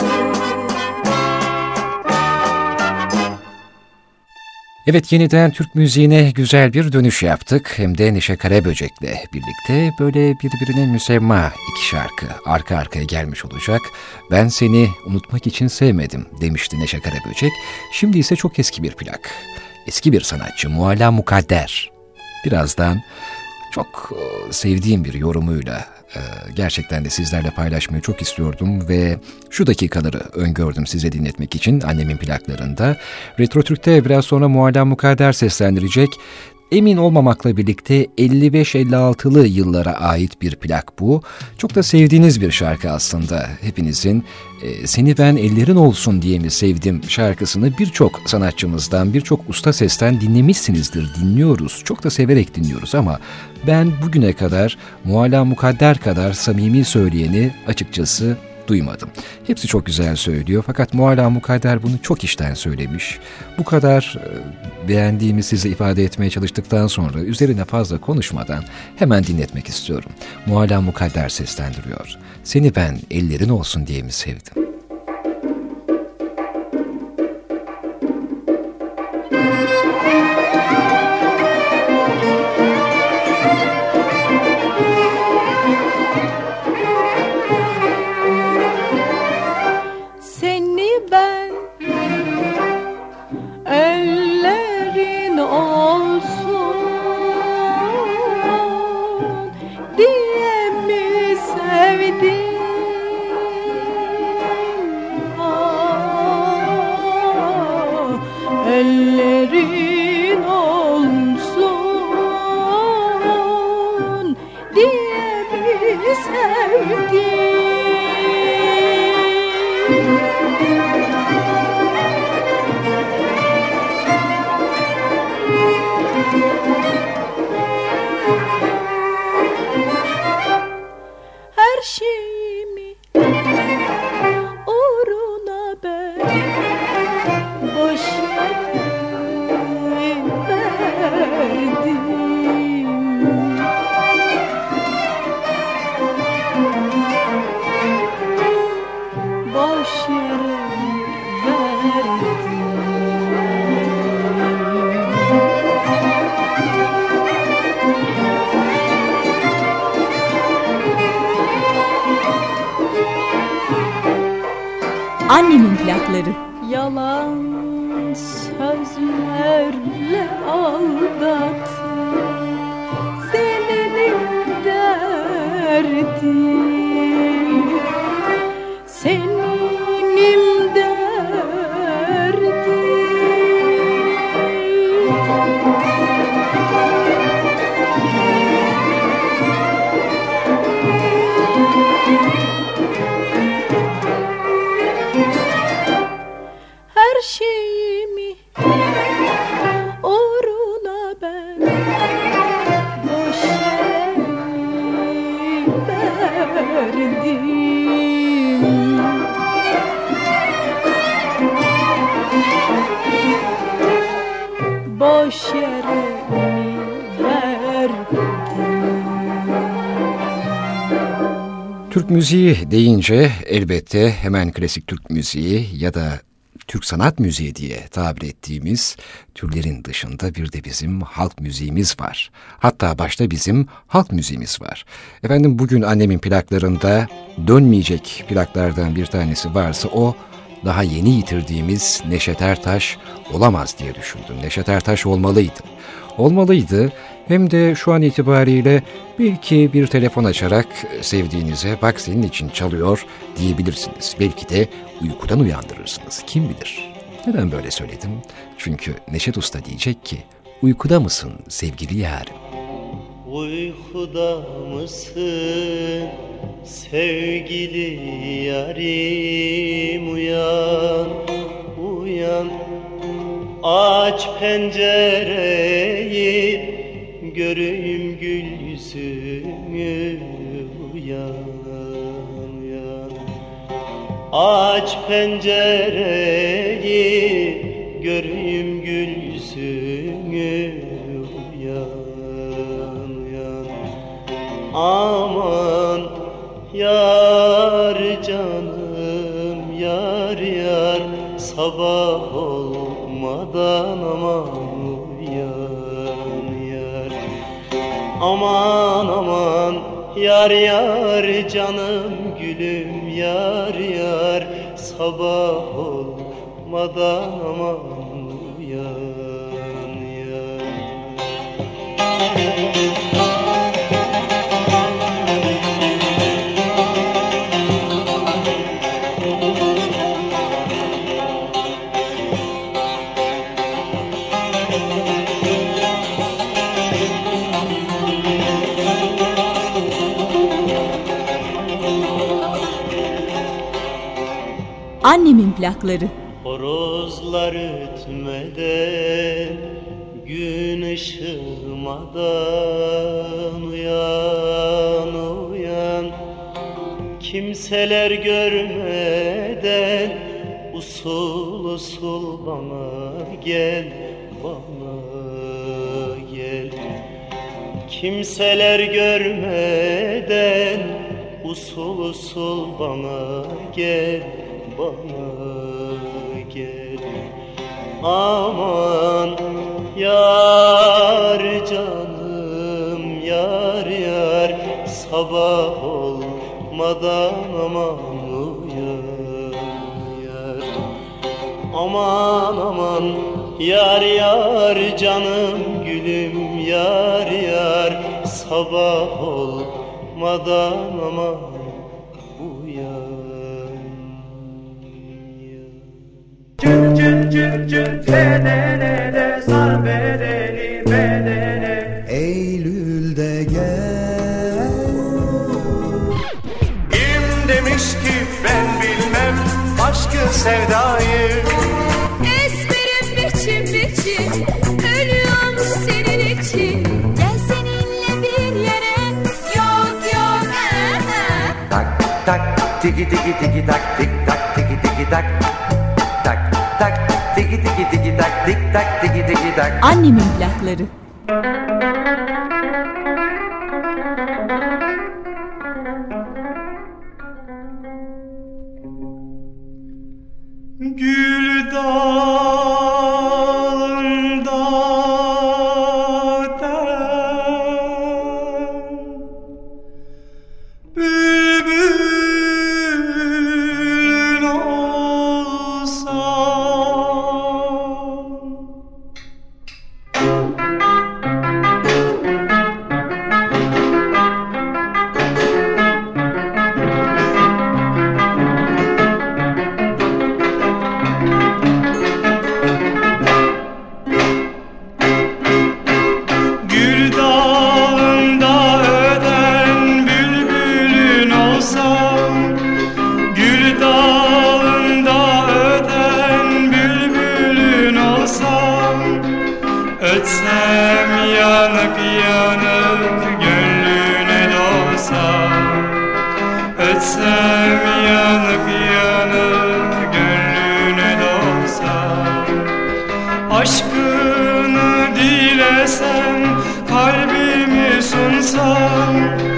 Evet, yeniden Türk müziğine güzel bir dönüş yaptık. Hem de Neşe Karaböcek'le birlikte böyle birbirine müsemma iki şarkı arka arkaya gelmiş olacak. Ben seni unutmak için sevmedim demişti Neşe Karaböcek. Şimdi ise çok eski bir plak. Eski bir sanatçı Mualla Mukadder. Birazdan çok sevdiğim bir yorumuyla gerçekten de sizlerle paylaşmayı çok istiyordum ve şu dakikaları öngördüm size dinletmek için annemin plaklarında. Retro Türk'te biraz sonra Mualla Mukadder seslendirecek. Emin olmamakla birlikte elli beş elli altılı yıllara ait bir plak bu. Çok da sevdiğiniz bir şarkı aslında. Hepinizin e, Seni Ben Ellerin Olsun diye mi sevdim şarkısını birçok sanatçımızdan, birçok usta sesten dinlemişsinizdir, dinliyoruz. Çok da severek dinliyoruz ama ben bugüne kadar Mualla Mukadder kadar samimi söyleyeni açıkçası duymadım. Hepsi çok güzel söylüyor fakat Mualla Mukadder bunu çok içten söylemiş. Bu kadar e, beğendiğimi size ifade etmeye çalıştıktan sonra üzerine fazla konuşmadan hemen dinletmek istiyorum. Mualla Mukadder seslendiriyor. Seni ben ellerin olsun diye mi sevdim? olsun diye mi sevdim? Ah, ellerin olsun diye mi sevdim? Her şeyimi uğruna ben boş yere verdim. Boş yere verdim. Annemin plakları. Yalan sözlerle aldatıp senin derdim, senin derdim. Her şeyimi uğruna ben boş yere verdim. Boş yere mi verdim? Türk müziği deyince elbette hemen klasik Türk müziği ya da Türk sanat müziği diye tabir ettiğimiz türlerin dışında bir de bizim halk müziğimiz var. Hatta başta bizim halk müziğimiz var. Efendim bugün annemin plaklarında dönmeyecek plaklardan bir tanesi varsa o daha yeni yitirdiğimiz Neşet Ertaş olamaz diye düşündüm. Neşet Ertaş olmalıydı. Olmalıydı. Hem de şu an itibariyle belki bir telefon açarak sevdiğinize bak senin için çalıyor diyebilirsiniz. Belki de uykudan uyandırırsınız. Kim bilir? Neden böyle söyledim? Çünkü Neşet Usta diyecek ki uykuda mısın sevgili yarim? Uykuda mısın sevgili yarim, uyan, uyan. Aç pencereyi göreyim gül yüzünü, uyan, uyan. Aç pencereyi göreyim gül yüzünü, uyan, uyan. Aman yar canım, yar yar, sabah olmadan aman uyan yar. Aman aman yar yar canım gülüm, yar yar, sabah olmadan aman uyan yar. Annemin plakları. Horozlar ötmeden, gün ışımadan uyan, uyan. Kimseler görmeden usul usul bana gel, bana gel. Kimseler görmeden usul usul bana gel, bana gel. Aman yar canım, yar yar, sabah olmadan aman uyan yar. Aman aman Yar yar canım gülüm yar yar, sabah olmadan ama Cün cün cün cün bedene de sar bedeni bedene. Eylül'de gel. Kim demiş ki ben bilmem aşkı sevdayı. Esmerim biçim biçim, ölüyorum senin için. Gel seninle bir yere, yok yok aha. Tak tak tiki tiki tiki tak tik tak tiki tiki tak. Tak tak tiki tiki tiki tak tik tak tiki tiki tak. Annemin plakları. Gül dalında bülbülün olsam. Gül dalında öten bülbülün olsam, gül dalında öten bülbülün olsam, ötsem yanık yanık gönlüne dolsam, ötsem yanık yanık gönlüne dolsam, aşkını dilesem, kalbimi sunsam,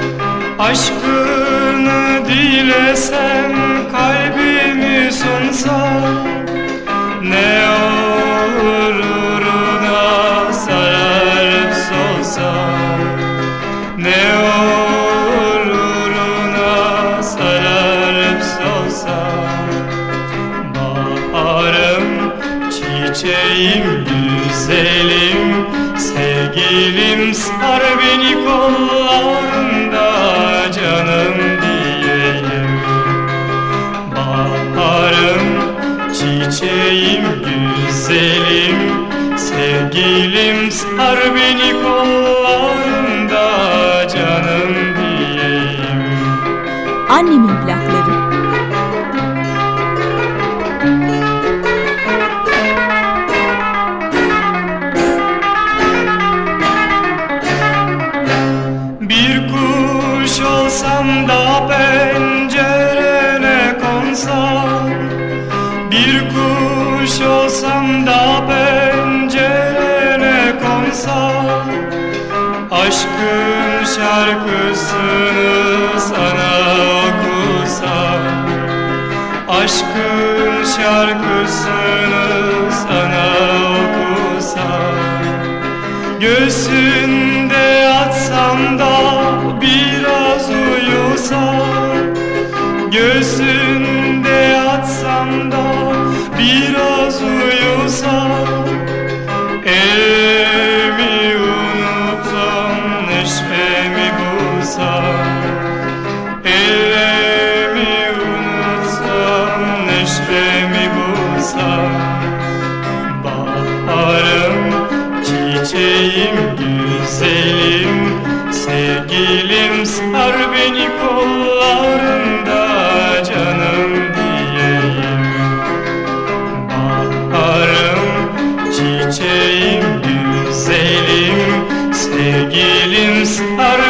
aşkını dilesem, kalbimi sunsam, ne olur uğruna sararıp solsam, ne olur uğruna sararıp solsam. Baharım, çiçeğim, güzelim, sevgilim, sar beni kollarında canım diyeyim. Baharım, çiçeğim, güzelim, sevgilim, sar beni kollarında canım diyeyim. Annemin plakları. Bir kuş olsam da pencerene konsam, bir kuş olsam da pencerene konsam, aşkın şarkısını sana okusam, aşkın şarkısını sana okusam, göğsünde yatsam da biraz uyusam, göğsünde yatsam da biraz uyusam, elimi unutsam, neşemi bulsam, elimi unutsam, neşemi bulsam. Baharım, çiçeğim, güzelim, sevgilim, sar beni kollarında canım diyeyim. Baharım, çiçeğim, güzelim, sevgilim, sar